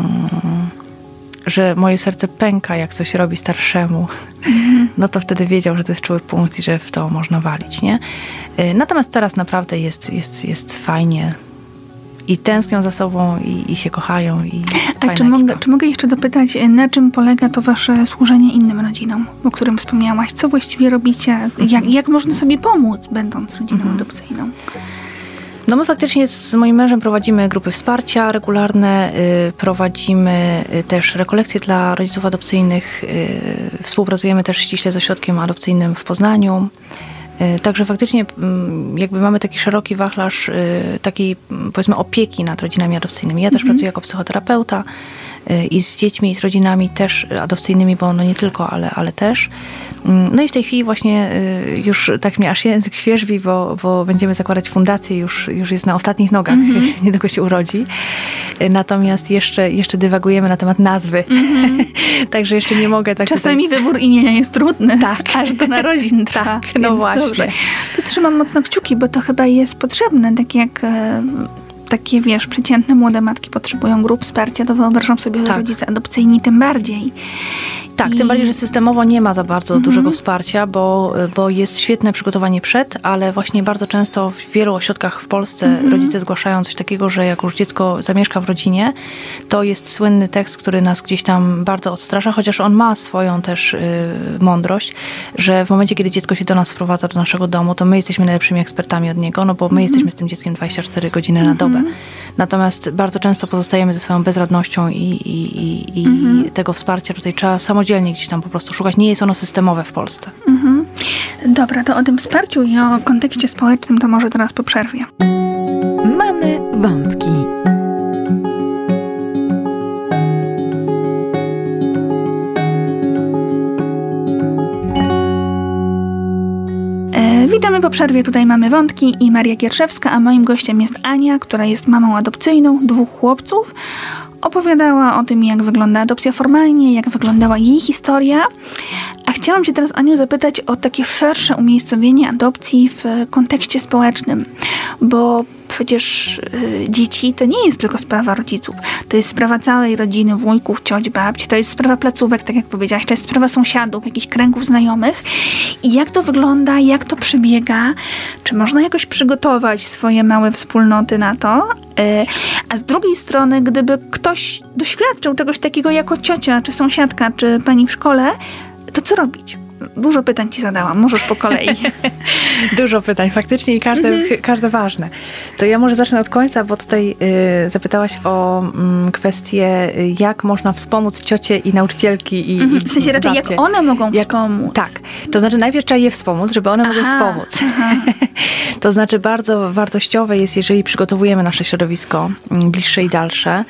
że moje serce pęka, jak coś robi starszemu, mm. no to wtedy wiedział, że to jest czuły punkt i że w to można walić, nie? Natomiast teraz naprawdę jest, jest, jest fajnie i tęsknią za sobą i, i się kochają. I A czy mogę, czy mogę jeszcze dopytać, na czym polega to wasze służenie innym rodzinom, o którym wspomniałaś? Co właściwie robicie? Mhm. Jak, jak można sobie pomóc, będąc rodziną mhm. adopcyjną? No my faktycznie z moim mężem prowadzimy grupy wsparcia regularne, y, prowadzimy y, też rekolekcje dla rodziców adopcyjnych, y, współpracujemy też ściśle z ośrodkiem adopcyjnym w Poznaniu. Y, także faktycznie y, jakby mamy taki szeroki wachlarz y, takiej powiedzmy opieki nad rodzinami adopcyjnymi. Ja też mhm. pracuję jako psychoterapeuta y, i z dziećmi, i z rodzinami też adopcyjnymi, bo no nie tylko, ale, ale też. No i w tej chwili właśnie już tak mnie aż język świerzbi, bo, bo będziemy zakładać fundację, już, już jest na ostatnich nogach, mm-hmm. niedługo się urodzi. Natomiast jeszcze, jeszcze dywagujemy na temat nazwy, mm-hmm. także jeszcze nie mogę tak... Czasami tutaj... wybór imienia jest trudny, tak. aż do narodzin trwa. Tak, no właśnie. Dobrze. Tu trzymam mocno kciuki, bo to chyba jest potrzebne, tak jak... Takie, wiesz, przeciętne młode matki potrzebują grup wsparcia, to wyobrażam sobie tak. rodzice adopcyjni tym bardziej. Tak, I... tym bardziej, że systemowo nie ma za bardzo mm-hmm. dużego wsparcia, bo, bo jest świetne przygotowanie przed, ale właśnie bardzo często w wielu ośrodkach w Polsce mm-hmm. rodzice zgłaszają coś takiego, że jak już dziecko zamieszka w rodzinie, to jest słynny tekst, który nas gdzieś tam bardzo odstrasza, chociaż on ma swoją też y, mądrość, że w momencie, kiedy dziecko się do nas wprowadza, do naszego domu, to my jesteśmy najlepszymi ekspertami od niego, no bo my mm-hmm. jesteśmy z tym dzieckiem dwadzieścia cztery godziny na dobę. Natomiast bardzo często pozostajemy ze swoją bezradnością i, i, i, i mhm. tego wsparcia tutaj trzeba samodzielnie gdzieś tam po prostu szukać. Nie jest ono systemowe w Polsce. Mhm. Dobra, to o tym wsparciu i o kontekście społecznym to może teraz po przerwie. Mamy wątki. Witamy po przerwie, tutaj mamy wątki i Maria Gierszewska, a moim gościem jest Ania, która jest mamą adopcyjną dwóch chłopców. Opowiadała o tym, jak wygląda adopcja formalnie, jak wyglądała jej historia. A chciałam cię teraz, Aniu, zapytać o takie szersze umiejscowienie adopcji w kontekście społecznym, bo przecież y, dzieci to nie jest tylko sprawa rodziców. To jest sprawa całej rodziny, wujków, cioć, babci. To jest sprawa placówek, tak jak powiedziałaś. To jest sprawa sąsiadów, jakichś kręgów znajomych. I jak to wygląda, jak to przebiega? Czy można jakoś przygotować swoje małe wspólnoty na to? Y, a z drugiej strony, gdyby ktoś doświadczył czegoś takiego jako ciocia, czy sąsiadka, czy pani w szkole, to co robić? Dużo pytań ci zadałam, możesz po kolei. Dużo pytań, faktycznie i każde, mhm. każde ważne. To ja może zacznę od końca, bo tutaj y, zapytałaś o y, kwestię, jak można wspomóc ciocie i nauczycielki. I, mhm. i w sensie raczej babcie. jak one mogą jak, wspomóc. Tak, to znaczy najpierw trzeba je wspomóc, żeby one aha, mogły wspomóc. Aha. To znaczy bardzo wartościowe jest, jeżeli przygotowujemy nasze środowisko, bliższe i dalsze.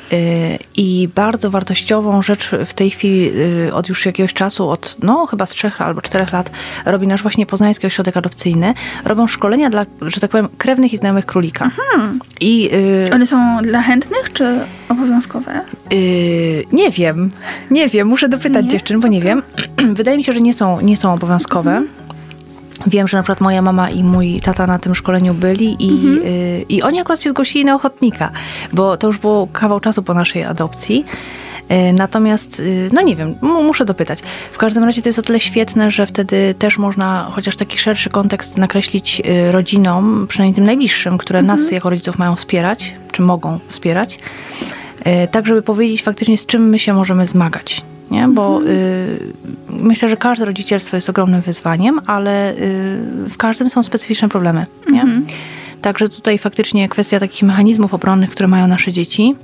I bardzo wartościową rzecz w tej chwili od już jakiegoś czasu, od no chyba z trzech albo czterech lat, robi nasz właśnie Poznański Ośrodek Adopcyjny. Robią szkolenia dla, że tak powiem, krewnych i znajomych królika. Mhm. I, y, One są dla chętnych czy obowiązkowe? Y, nie wiem. Nie wiem. Muszę dopytać nie? dziewczyn, bo nie wiem. Wydaje mi się, że nie są, nie są obowiązkowe. Mhm. Wiem, że na przykład moja mama i mój tata na tym szkoleniu byli i, mhm. y, i oni akurat się zgłosili na ochotnika, bo to już było kawał czasu po naszej adopcji. Y, natomiast, y, no nie wiem, m- muszę dopytać. W każdym razie to jest o tyle świetne, że wtedy też można chociaż taki szerszy kontekst nakreślić y, rodzinom, przynajmniej tym najbliższym, które mhm. nas jako rodziców mają wspierać, czy mogą wspierać, y, tak żeby powiedzieć faktycznie, z czym my się możemy zmagać. Nie? Bo mhm. y, myślę, że każde rodzicielstwo jest ogromnym wyzwaniem, ale y, w każdym są specyficzne problemy. Nie? Mhm. Także tutaj faktycznie kwestia takich mechanizmów obronnych, które mają nasze dzieci,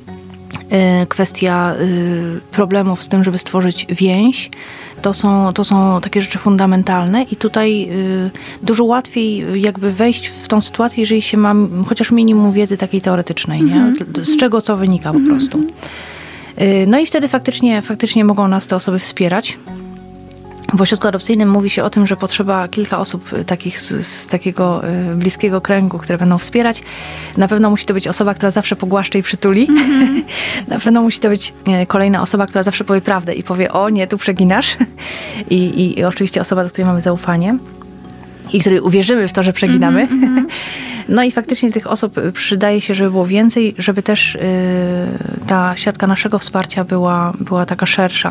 y, kwestia y, problemów z tym, żeby stworzyć więź, to są, to są takie rzeczy fundamentalne i tutaj y, dużo łatwiej jakby wejść w tą sytuację, jeżeli się ma chociaż minimum wiedzy takiej teoretycznej, mhm. nie? Z czego co wynika po mhm. prostu. No i wtedy faktycznie, faktycznie mogą nas te osoby wspierać. W ośrodku adopcyjnym mówi się o tym, że potrzeba kilka osób takich z, z takiego bliskiego kręgu, które będą wspierać. Na pewno musi to być osoba, która zawsze pogłaszcze i przytuli. Mm-hmm. Na pewno musi to być kolejna osoba, która zawsze powie prawdę i powie, o nie, tu przeginasz. I, i, i oczywiście osoba, do której mamy zaufanie i której uwierzymy w to, że przeginamy. Mm-hmm. No i faktycznie tych osób przydaje się, żeby było więcej, żeby też y, ta siatka naszego wsparcia była, była taka szersza.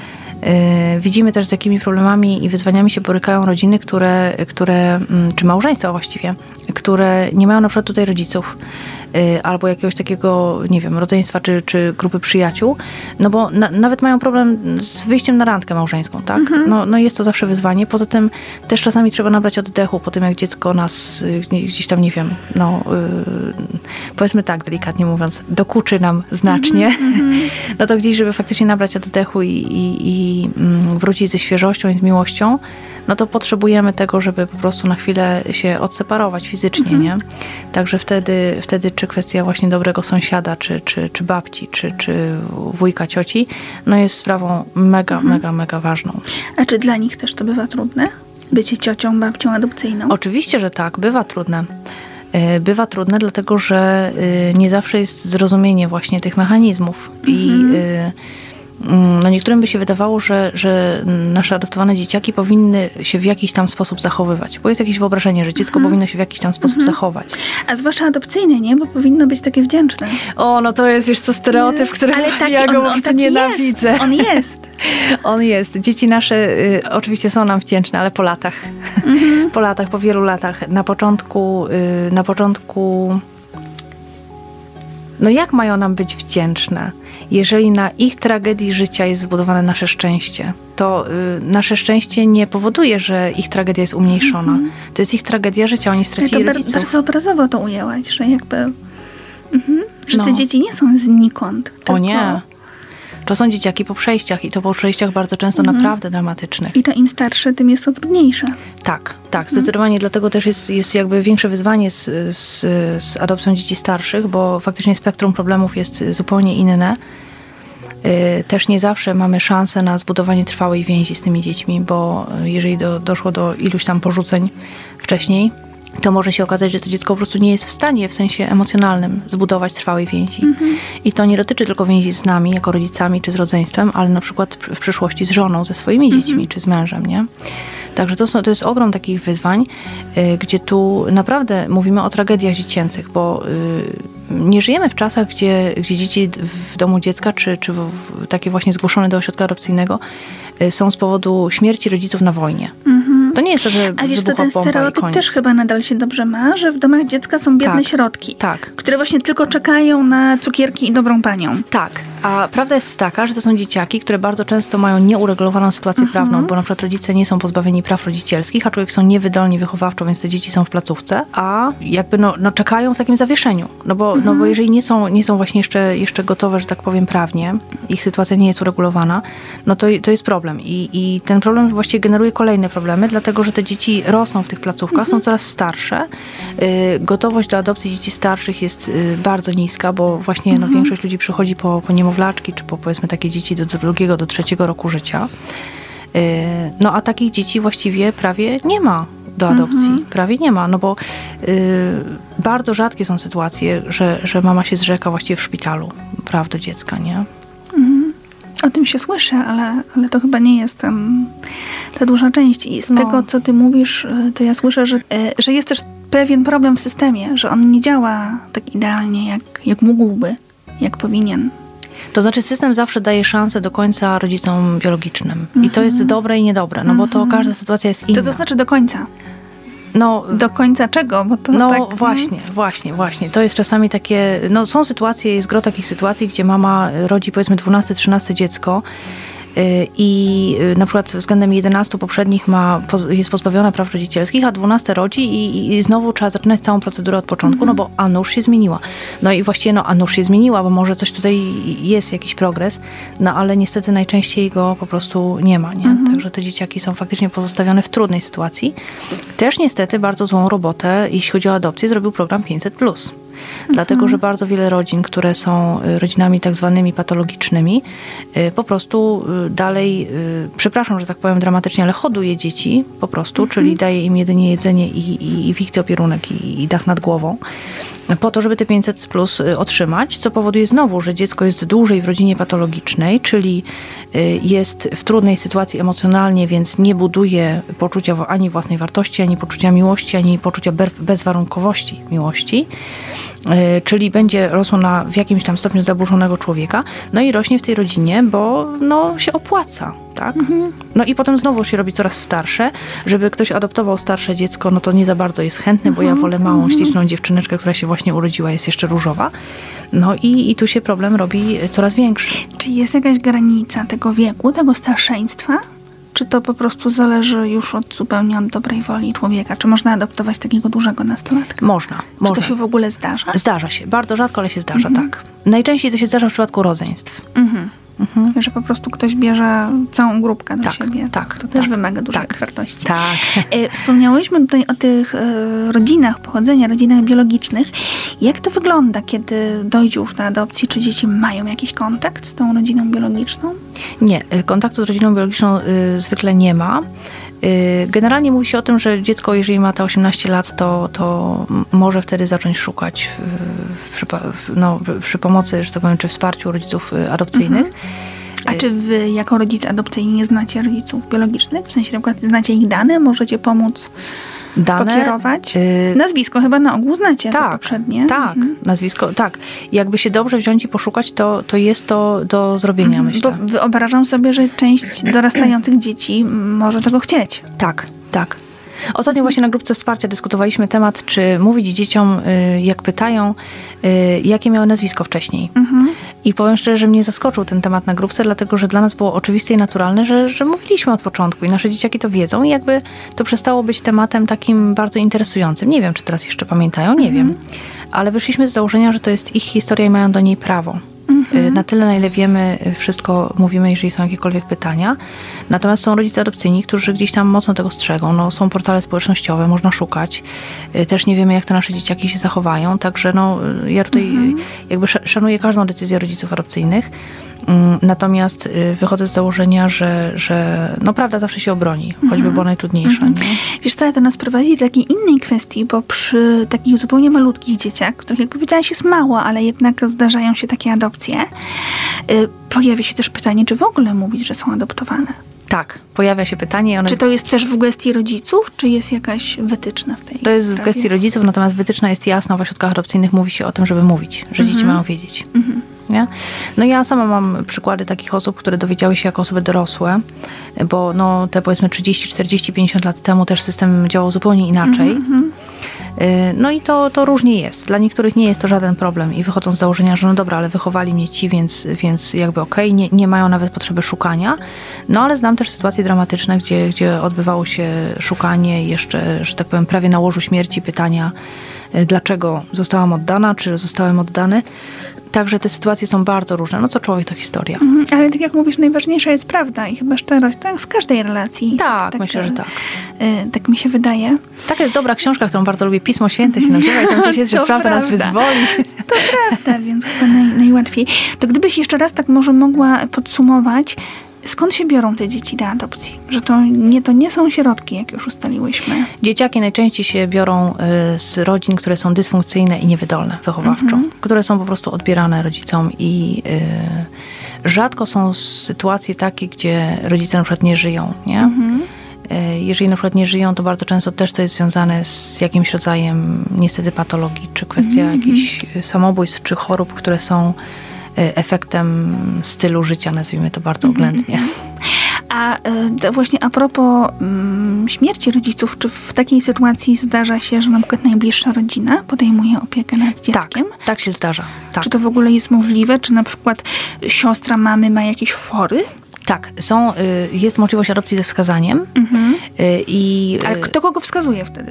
Y, widzimy też, z jakimi problemami i wyzwaniami się borykają rodziny, które, które czy małżeństwa właściwie, które nie mają na przykład tutaj rodziców y, albo jakiegoś takiego, nie wiem, rodzeństwa czy, czy grupy przyjaciół, no bo na, nawet mają problem z wyjściem na randkę małżeńską, tak? Mhm. No, no jest to zawsze wyzwanie. Poza tym też czasami trzeba nabrać oddechu po tym, jak dziecko nas y, gdzieś tam, nie wiem, no y, powiedzmy tak, delikatnie mówiąc, dokuczy nam znacznie. Mhm. No to gdzieś, żeby faktycznie nabrać oddechu i, i, i mm, wrócić ze świeżością i z miłością, no to potrzebujemy tego, żeby po prostu na chwilę się odseparować fizycznie, mhm. nie? Także wtedy, wtedy czy kwestia właśnie dobrego sąsiada, czy, czy, czy babci, czy, czy wujka, cioci, no jest sprawą mega, mhm. mega, mega ważną. A czy dla nich też to bywa trudne? Bycie ciocią, babcią adopcyjną? Oczywiście, że tak. Bywa trudne. Bywa trudne, dlatego że nie zawsze jest zrozumienie właśnie tych mechanizmów. Mhm. I no niektórym by się wydawało, że, że nasze adoptowane dzieciaki powinny się w jakiś tam sposób zachowywać. Bo jest jakieś wyobrażenie, że dziecko mhm. powinno się w jakiś tam sposób mhm. zachować. A zwłaszcza adopcyjne, nie? Bo powinno być takie wdzięczne. O, no to jest, wiesz co, stereotyp, który ja go on, on taki nienawidzę. Jest. On jest. On jest. Dzieci nasze y, oczywiście są nam wdzięczne, ale po latach. Mhm. Po latach, po wielu latach. Na początku, y, na początku... No jak mają nam być wdzięczne, jeżeli na ich tragedii życia jest zbudowane nasze szczęście? To y, nasze szczęście nie powoduje, że ich tragedia jest umniejszona. Mm-hmm. To jest ich tragedia życia, oni stracili to rodziców. Bardzo obrazowo to ujęłaś, że jakby... Mhm, że no. te dzieci nie są znikąd. Tylko... O nie. To są dzieciaki po przejściach i to po przejściach bardzo często mhm. naprawdę dramatycznych. I to im starsze, tym jest to trudniejsze. Tak, tak, zdecydowanie. Mhm. Dlatego też jest, jest jakby większe wyzwanie z, z, z adopcją dzieci starszych, bo faktycznie spektrum problemów jest zupełnie inne. Też nie zawsze mamy szansę na zbudowanie trwałej więzi z tymi dziećmi, bo jeżeli do, doszło do iluś tam porzuceń wcześniej, to może się okazać, że to dziecko po prostu nie jest w stanie w sensie emocjonalnym zbudować trwałej więzi. Mhm. I to nie dotyczy tylko więzi z nami, jako rodzicami, czy z rodzeństwem, ale na przykład w przyszłości z żoną, ze swoimi mhm. dziećmi, czy z mężem, nie? Także to, są, to jest ogrom takich wyzwań, y, gdzie tu naprawdę mówimy o tragediach dziecięcych, bo y, nie żyjemy w czasach, gdzie, gdzie dzieci w domu dziecka, czy, czy w, w, takie właśnie zgłoszone do ośrodka adopcyjnego y, są z powodu śmierci rodziców na wojnie. Mhm. To nie jest to, że A wiesz, to ten stereotyp też chyba nadal się dobrze ma, że w domach dziecka są biedne tak, środki, tak. które właśnie tylko czekają na cukierki i dobrą panią. Tak, A prawda jest taka, że to są dzieciaki, które bardzo często mają nieuregulowaną sytuację mhm. prawną, bo na przykład rodzice nie są pozbawieni praw rodzicielskich, aczkolwiek są niewydolni wychowawczo, więc te dzieci są w placówce, a jakby no, no czekają w takim zawieszeniu. No bo, mhm. no bo jeżeli nie są, nie są właśnie jeszcze, jeszcze gotowe, że tak powiem, prawnie, ich sytuacja nie jest uregulowana, no to, to jest problem. I, i ten problem właściwie generuje kolejne problemy, dlatego że te dzieci rosną w tych placówkach, mhm. są coraz starsze. Y, gotowość do adopcji dzieci starszych jest y, bardzo niska, bo właśnie no, mhm. większość ludzi przychodzi po, po niemowlaczki, czy po powiedzmy takie dzieci do drugiego, do trzeciego roku życia. Y, no a takich dzieci właściwie prawie nie ma do adopcji. Mhm. Prawie nie ma, no bo y, bardzo rzadkie są sytuacje, że, że mama się zrzeka właściwie w szpitalu praw do dziecka, nie? Mhm. O tym się słyszę, ale, ale to chyba nie jest tam ta duża część. I z no. tego, co ty mówisz, to ja słyszę, że, że jest też pewien problem w systemie, że on nie działa tak idealnie, jak, jak mógłby, jak powinien. To znaczy system zawsze daje szansę do końca rodzicom biologicznym. Mm-hmm. I to jest dobre i niedobre, no mm-hmm. bo to każda sytuacja jest inna. Co to znaczy do końca? No, do końca czego? Bo to no tak, właśnie, hmm? właśnie, właśnie. To jest czasami takie, no są sytuacje, jest gro takich sytuacji, gdzie mama rodzi powiedzmy dwunaste, trzynaste dziecko i na przykład względem jedenastu poprzednich ma, jest pozbawiona praw rodzicielskich, a dwunaste rodzi i, i znowu trzeba zaczynać całą procedurę od początku, mm-hmm. no bo a nóż się zmieniła. No i właściwie no a nóż się zmieniła, bo może coś tutaj jest, jakiś progres, no ale niestety najczęściej go po prostu nie ma, nie? Mm-hmm. Także te dzieciaki są faktycznie pozostawione w trudnej sytuacji. Też niestety bardzo złą robotę, jeśli chodzi o adopcję, zrobił program pięćset plus. Dlatego, mhm. że bardzo wiele rodzin, które są rodzinami tak zwanymi patologicznymi, po prostu dalej, przepraszam, że tak powiem dramatycznie, ale hoduje dzieci po prostu, mhm. czyli daje im jedynie jedzenie i, i, i wichty opierunek i, i dach nad głową, po to, żeby te pięćset plus otrzymać, co powoduje znowu, że dziecko jest dłużej w rodzinie patologicznej, czyli jest w trudnej sytuacji emocjonalnie, więc nie buduje poczucia ani własnej wartości, ani poczucia miłości, ani poczucia bezwarunkowości miłości. Czyli będzie rosło na w jakimś tam stopniu zaburzonego człowieka, no i rośnie w tej rodzinie, bo no, się opłaca, tak? Mhm. No i potem znowu się robi coraz starsze. Żeby ktoś adoptował starsze dziecko, no to nie za bardzo jest chętny, bo ja wolę małą, śliczną dziewczyneczkę, która się właśnie urodziła, jest jeszcze różowa. No i, i tu się problem robi coraz większy. Czy jest jakaś granica tego wieku, tego starszeństwa? Czy to po prostu zależy już od zupełnie od dobrej woli człowieka? Czy można adoptować takiego dużego nastolatka? Można. Czy można. to się w ogóle zdarza? Zdarza się. Bardzo rzadko, ale się zdarza, mhm. tak. Najczęściej to się zdarza w przypadku rodzeństw. Mhm. Mhm. Że po prostu ktoś bierze całą grupkę do tak, siebie. Tak, to też tak, wymaga dużej tak, otwartości. Tak. E, wspomniałyśmy tutaj o tych e, rodzinach pochodzenia, rodzinach biologicznych. Jak to wygląda, kiedy dojdzie już do adopcji? Czy dzieci mają jakiś kontakt z tą rodziną biologiczną? Nie, kontaktu z rodziną biologiczną y, zwykle nie ma. Generalnie mówi się o tym, że dziecko, jeżeli ma te osiemnaście lat, to, to może wtedy zacząć szukać w, w, no, przy pomocy, że tak powiem, czy wsparciu rodziców adopcyjnych. Mhm. A czy wy jako rodzice adopcyjni nie znacie rodziców biologicznych? W sensie na przykład znacie ich dane? Możecie pomóc dane, pokierować? Yy, nazwisko chyba na ogół znacie, tak, to poprzednie. Tak, mhm. nazwisko, tak. Jakby się dobrze wziąć i poszukać, to, to jest to do zrobienia, mhm, myślę. Bo wyobrażam sobie, że część dorastających dzieci może tego chcieć. Tak, tak. Ostatnio właśnie na grupce wsparcia dyskutowaliśmy temat, czy mówić dzieciom, jak pytają, jakie miały nazwisko wcześniej. Mhm. I powiem szczerze, że mnie zaskoczył ten temat na grupce, dlatego że dla nas było oczywiste i naturalne, że, że mówiliśmy od początku i nasze dzieciaki to wiedzą i jakby to przestało być tematem takim bardzo interesującym. Nie wiem, czy teraz jeszcze pamiętają, nie mhm. wiem. Ale wyszliśmy z założenia, że to jest ich historia i mają do niej prawo. Mhm. Na tyle, na ile wiemy, wszystko mówimy, jeżeli są jakiekolwiek pytania. Natomiast są rodzice adopcyjni, którzy gdzieś tam mocno tego strzegą. No, są portale społecznościowe, można szukać. Też nie wiemy, jak te nasze dzieciaki się zachowają. Także no, ja tutaj mhm. jakby szanuję każdą decyzję rodziców adopcyjnych. Natomiast wychodzę z założenia, że, że no prawda zawsze się obroni, choćby mhm. była najtrudniejsza. Mhm. Nie? Wiesz co, to nas prowadzi do takiej innej kwestii, bo przy takich zupełnie malutkich dzieciach, których jak powiedziałaś jest mało, ale jednak zdarzają się takie adopcje, yy, pojawia się też pytanie, czy w ogóle mówić, że są adoptowane. Tak, pojawia się pytanie. One... Czy to jest też w gestii rodziców, czy jest jakaś wytyczna w tej To jest sprawie? w gestii rodziców, natomiast wytyczna jest jasna. W ośrodkach adopcyjnych mówi się o tym, żeby mówić, że mhm. dzieci mają wiedzieć. Mhm. Nie? No ja sama mam przykłady takich osób, które dowiedziały się jako osoby dorosłe, bo no te powiedzmy trzydzieści, czterdzieści, pięćdziesiąt lat temu też system działał zupełnie inaczej. Mm-hmm. No i to, to różnie jest. Dla niektórych nie jest to żaden problem i wychodzą z założenia, że no dobra, ale wychowali mnie ci, więc, więc jakby okej, nie, nie mają nawet potrzeby szukania. No ale znam też sytuacje dramatyczne, gdzie, gdzie odbywało się szukanie jeszcze, że tak powiem, prawie na łożu śmierci pytania, dlaczego zostałam oddana, czy zostałem oddany. Także te sytuacje są bardzo różne. No co człowiek, to historia. Mhm, ale tak jak mówisz, najważniejsza jest prawda i chyba szczerość, tak? W każdej relacji. Tak, tak myślę, tak, że tak. Y, tak mi się wydaje. Taka jest dobra książka, którą bardzo lubię. Pismo Święte się nazywa i tam coś jest, że To prawda nas prawda. wyzwoli. To prawda, więc chyba naj, najłatwiej. To gdybyś jeszcze raz tak może mogła podsumować, skąd się biorą te dzieci do adopcji? Że to nie, to nie są sierotki, jak już ustaliłyśmy. Dzieciaki najczęściej się biorą y, z rodzin, które są dysfunkcyjne i niewydolne wychowawczo, mhm. które są po prostu odbierane rodzicom i y, rzadko są sytuacje takie, gdzie rodzice na przykład nie żyją, nie? Mhm. Y, jeżeli na przykład nie żyją, to bardzo często też to jest związane z jakimś rodzajem niestety patologii, czy kwestia mhm. jakichś samobójstw, czy chorób, które są efektem stylu życia, nazwijmy to bardzo oględnie. A y, właśnie a propos y, śmierci rodziców, czy w takiej sytuacji zdarza się, że na przykład najbliższa rodzina podejmuje opiekę nad dzieckiem? Tak, tak się zdarza. Tak. Czy to w ogóle jest możliwe? Czy na przykład siostra mamy ma jakieś fory? Tak, są, jest możliwość adopcji ze wskazaniem. Mhm. I, Ale kto kogo wskazuje wtedy?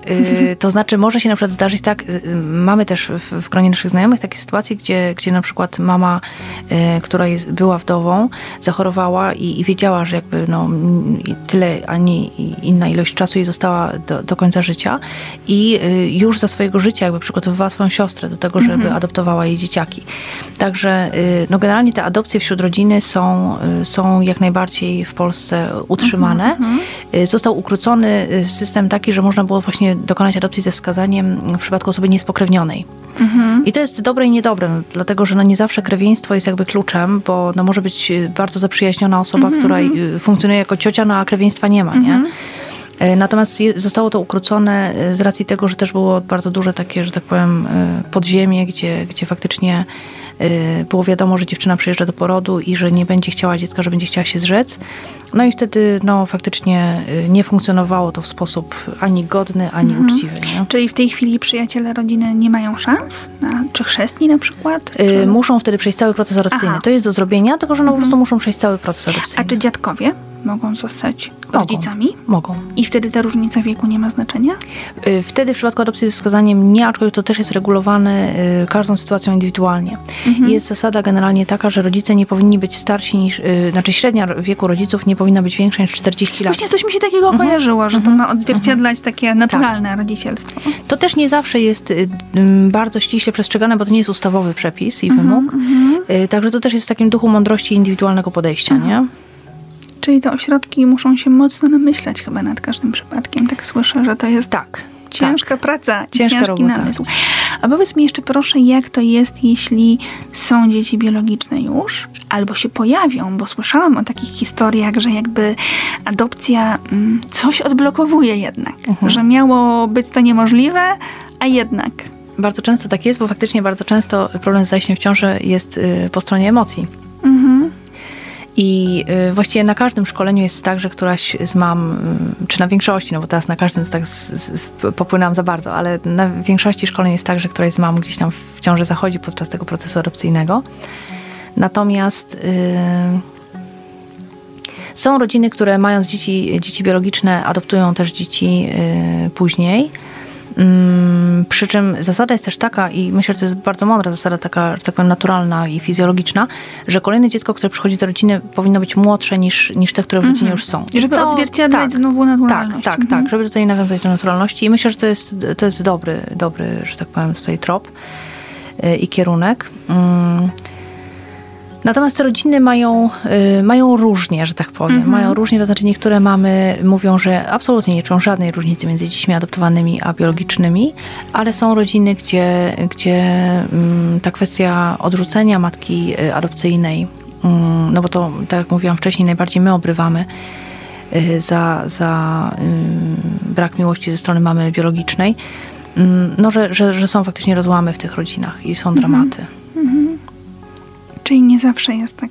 To znaczy może się na przykład zdarzyć tak, mamy też w, w gronie naszych znajomych takie sytuacje, gdzie, gdzie na przykład mama, y, która jest, była wdową, zachorowała i, i wiedziała, że jakby no, tyle, a nie inna ilość czasu jej została do, do końca życia i y, już za swojego życia jakby przygotowywała swoją siostrę do tego, żeby mhm. adoptowała jej dzieciaki. Także y, no generalnie te adopcje wśród rodziny są, y, są jak najbardziej w Polsce utrzymane. Mhm. Y, został ukrócony system taki, że można było właśnie dokonać adopcji ze wskazaniem w przypadku osoby niespokrewnionej. Mhm. I to jest dobre i niedobre, no, dlatego że no nie zawsze krewieństwo jest jakby kluczem, bo no może być bardzo zaprzyjaźniona osoba, mhm. która funkcjonuje jako ciocia, no a krewieństwa nie ma, mhm. nie? Natomiast zostało to ukrócone z racji tego, że też było bardzo duże takie, że tak powiem, podziemie, gdzie, gdzie faktycznie było wiadomo, że dziewczyna przyjeżdża do porodu i że nie będzie chciała dziecka, że będzie chciała się zrzec. No i wtedy no, faktycznie nie funkcjonowało to w sposób ani godny, ani mhm. uczciwy. Nie? Czyli w tej chwili przyjaciele rodziny nie mają szans? Na, czy chrzestni na przykład? Czy... Muszą wtedy przejść cały proces adopcyjny. Aha. To jest do zrobienia, tylko że no, mhm. po prostu muszą przejść cały proces adopcyjny. A czy dziadkowie mogą zostać mogą. rodzicami? Mogą. I wtedy ta różnica wieku nie ma znaczenia? Wtedy w przypadku adopcji ze wskazaniem nie, aczkolwiek to też jest regulowane każdą sytuacją indywidualnie. Mhm. Jest zasada generalnie taka, że rodzice nie powinni być starsi niż, znaczy średnia wieku rodziców nie powinna być większa niż czterdzieści lat. Właśnie coś mi się takiego mhm. kojarzyło, że mhm. to ma odzwierciedlać mhm. takie naturalne tak. rodzicielstwo. To też nie zawsze jest bardzo ściśle przestrzegane, bo to nie jest ustawowy przepis i mhm. wymóg. Mhm. Także to też jest w takim duchu mądrości i indywidualnego podejścia, mhm. nie? Czyli te ośrodki muszą się mocno namyślać chyba nad każdym przypadkiem. Tak słyszę, że to jest tak, ciężka tak. praca, ciężka ciężki robota. namysł. A powiedz mi jeszcze proszę, jak to jest, jeśli są dzieci biologiczne już, albo się pojawią, bo słyszałam o takich historiach, że jakby adopcja mm, coś odblokowuje jednak, mhm. że miało być to niemożliwe, a jednak. Bardzo często tak jest, bo faktycznie bardzo często problem z zajściem w ciążę jest y, po stronie emocji. Mhm. I właściwie na każdym szkoleniu jest tak, że któraś z mam, czy na większości, no bo teraz na każdym to tak z, z, popłynęłam za bardzo, ale na większości szkoleń jest tak, że któraś z mam gdzieś tam w ciąży zachodzi podczas tego procesu adopcyjnego. Natomiast yy, są rodziny, które mając dzieci, dzieci biologiczne, adoptują też dzieci yy, później. Hmm, przy czym zasada jest też taka i myślę, że to jest bardzo mądra zasada, taka, że tak powiem, naturalna i fizjologiczna, że kolejne dziecko, które przychodzi do rodziny, powinno być młodsze niż, niż te, które w rodzinie mm-hmm. już są. I żeby to, odzwierciedlać tak, znowu naturalność. Tak, tak, mm-hmm. tak, żeby tutaj nawiązać do naturalności i myślę, że to jest, to jest dobry, dobry, że tak powiem, tutaj trop yy, i kierunek. Yy. Natomiast te rodziny mają, y, mają różnie, że tak powiem. Mm-hmm. Mają różnie, to znaczy niektóre mamy mówią, że absolutnie nie czują żadnej różnicy między dziećmi adoptowanymi a biologicznymi, ale są rodziny, gdzie, gdzie mm, ta kwestia odrzucenia matki adopcyjnej, mm, no bo to, tak jak mówiłam wcześniej, najbardziej my obrywamy y, za, za y, brak miłości ze strony mamy biologicznej, y, no że, że, że są faktycznie rozłamy w tych rodzinach i są dramaty. Mm-hmm. Czyli nie zawsze jest tak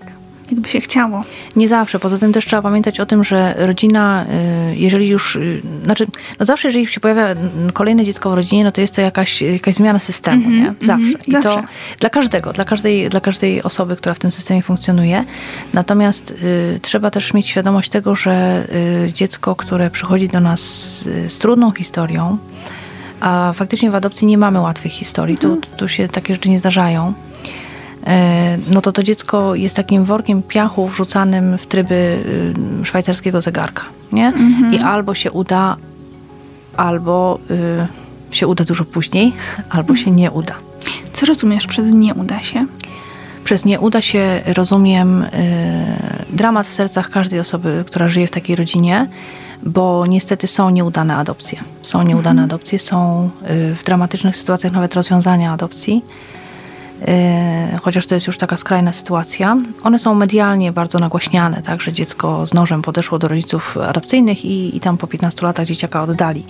jakby się chciało. Nie zawsze. Poza tym też trzeba pamiętać o tym, że rodzina, jeżeli już, znaczy, no zawsze jeżeli się pojawia kolejne dziecko w rodzinie, no to jest to jakaś, jakaś zmiana systemu, mm-hmm, nie? Zawsze. Mm-hmm, I zawsze. To dla każdego, dla każdej, dla każdej osoby, która w tym systemie funkcjonuje. Natomiast y, trzeba też mieć świadomość tego, że y, dziecko, które przychodzi do nas z, z trudną historią, a faktycznie w adopcji nie mamy łatwych historii, mm-hmm. tu, tu się takie rzeczy nie zdarzają, no to to dziecko jest takim workiem piachu wrzucanym w tryby szwajcarskiego zegarka, nie? Mhm. I albo się uda, albo y, się uda dużo później, albo mhm. się nie uda. Co rozumiesz przez nie uda się? Przez nie uda się rozumiem y, dramat w sercach każdej osoby, która żyje w takiej rodzinie, bo niestety są nieudane adopcje. Są nieudane mhm. adopcje, są y, w dramatycznych sytuacjach nawet rozwiązania adopcji. Chociaż to jest już taka skrajna sytuacja. One są medialnie bardzo nagłaśniane, tak, że dziecko z nożem podeszło do rodziców adopcyjnych i, i tam po piętnastu latach dzieciaka oddali.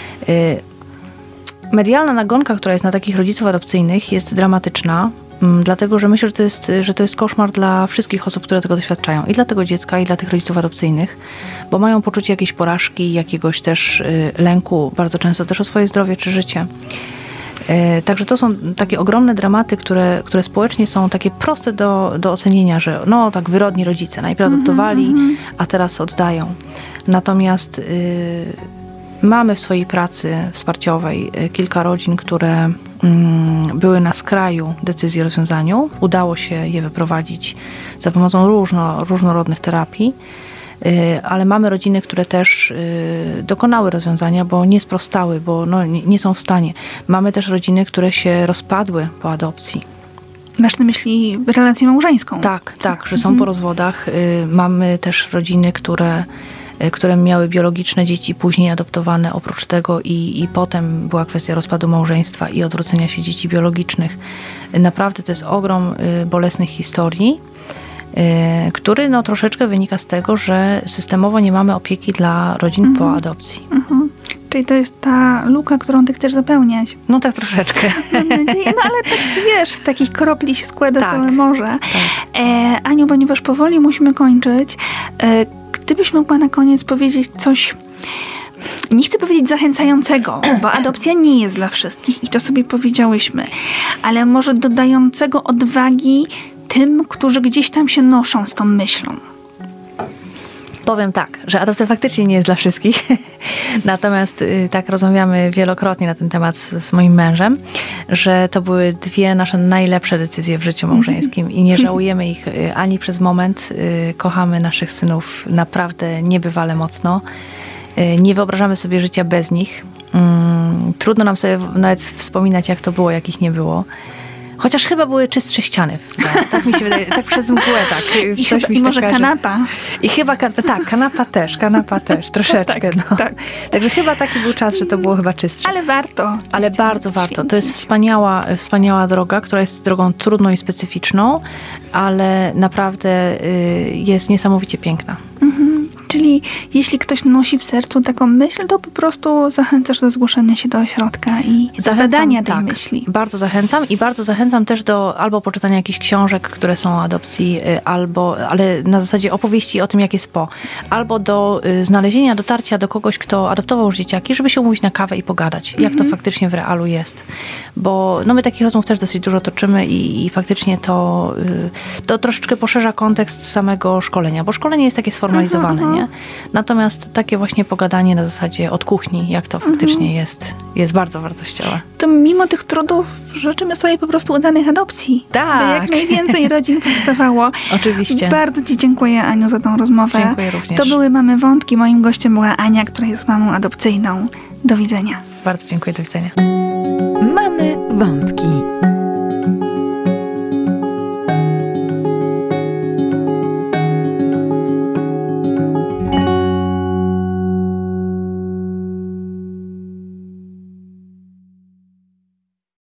Medialna nagonka, która jest na takich rodziców adopcyjnych, jest dramatyczna, dlatego że myślę, że to jest, że to jest koszmar dla wszystkich osób, które tego doświadczają. I dla tego dziecka, i dla tych rodziców adopcyjnych, bo mają poczucie jakiejś porażki, jakiegoś też lęku, bardzo często też o swoje zdrowie czy życie. Także to są takie ogromne dramaty, które, które społecznie są takie proste do, do ocenienia, że no tak wyrodni rodzice najpierw adoptowali, mm-hmm. a teraz oddają. Natomiast y, mamy w swojej pracy wsparciowej kilka rodzin, które y, były na skraju decyzji o rozwiązaniu. Udało się je wyprowadzić za pomocą różno, różnorodnych terapii. Ale mamy rodziny, które też dokonały rozwiązania, bo nie sprostały, bo no, nie są w stanie. Mamy też rodziny, które się rozpadły po adopcji. Masz na myśli relację małżeńską? Tak, tak, że są mhm. po rozwodach. Mamy też rodziny, które, które miały biologiczne dzieci, później adoptowane oprócz tego i, i potem była kwestia rozpadu małżeństwa i odwrócenia się dzieci biologicznych. Naprawdę to jest ogrom bolesnych historii, który no, troszeczkę wynika z tego, że systemowo nie mamy opieki dla rodzin mhm. po adopcji. Mhm. Czyli to jest ta luka, którą ty chcesz zapełniać. No tak troszeczkę. Mam nadzieję. No ale tak wiesz, z takich kropli się składa tak. całe morze. Tak. E, Aniu, ponieważ powoli musimy kończyć, e, gdybyś mogła na koniec powiedzieć coś, nie chcę powiedzieć zachęcającego, bo adopcja nie jest dla wszystkich i to sobie powiedziałyśmy, ale może dodającego odwagi tym, którzy gdzieś tam się noszą z tą myślą. Powiem tak, że adopcja faktycznie nie jest dla wszystkich. Natomiast tak rozmawiamy wielokrotnie na ten temat z, z moim mężem, że to były dwie nasze najlepsze decyzje w życiu małżeńskim i nie żałujemy ich ani przez moment. Kochamy naszych synów naprawdę niebywale mocno. Nie wyobrażamy sobie życia bez nich. Trudno nam sobie nawet wspominać, jak to było, jak ich nie było. Chociaż chyba były czystsze ściany. Tak, tak mi się wydaje, tak przez mgłę, tak. I, Coś chyba, mi i może taka, kanapa. I chyba, tak, kanapa też, kanapa też, troszeczkę. tak, no. tak. Także chyba taki był czas, że to było chyba czystsze. Ale warto. Ale bardzo warto. To jest wspaniała, wspaniała droga, która jest drogą trudną i specyficzną, ale naprawdę jest niesamowicie piękna. Mhm. Czyli jeśli ktoś nosi w sercu taką myśl, to po prostu zachęcasz do zgłoszenia się do ośrodka i zbadania tej tak, myśli. Bardzo zachęcam i bardzo zachęcam też do albo poczytania jakichś książek, które są o adopcji, albo, ale na zasadzie opowieści o tym, jak jest po, albo do znalezienia, dotarcia do kogoś, kto adoptował już dzieciaki, żeby się umówić na kawę i pogadać, jak mhm. to faktycznie w realu jest. Bo no my takich rozmów też dosyć dużo toczymy i, i faktycznie to, to troszeczkę poszerza kontekst samego szkolenia, bo szkolenie jest takie sformalizowane, mhm. nie? Natomiast takie właśnie pogadanie na zasadzie od kuchni, jak to faktycznie mhm. jest, jest bardzo wartościowe. To mimo tych trudów życzymy sobie po prostu udanych adopcji. Tak. By jak najwięcej rodzin powstawało. Oczywiście. Bardzo ci dziękuję, Aniu, za tą rozmowę. Dziękuję również. To były Mamy Wątki. Moim gościem była Ania, która jest mamą adopcyjną. Do widzenia. Bardzo dziękuję, do widzenia. Mamy Wątki.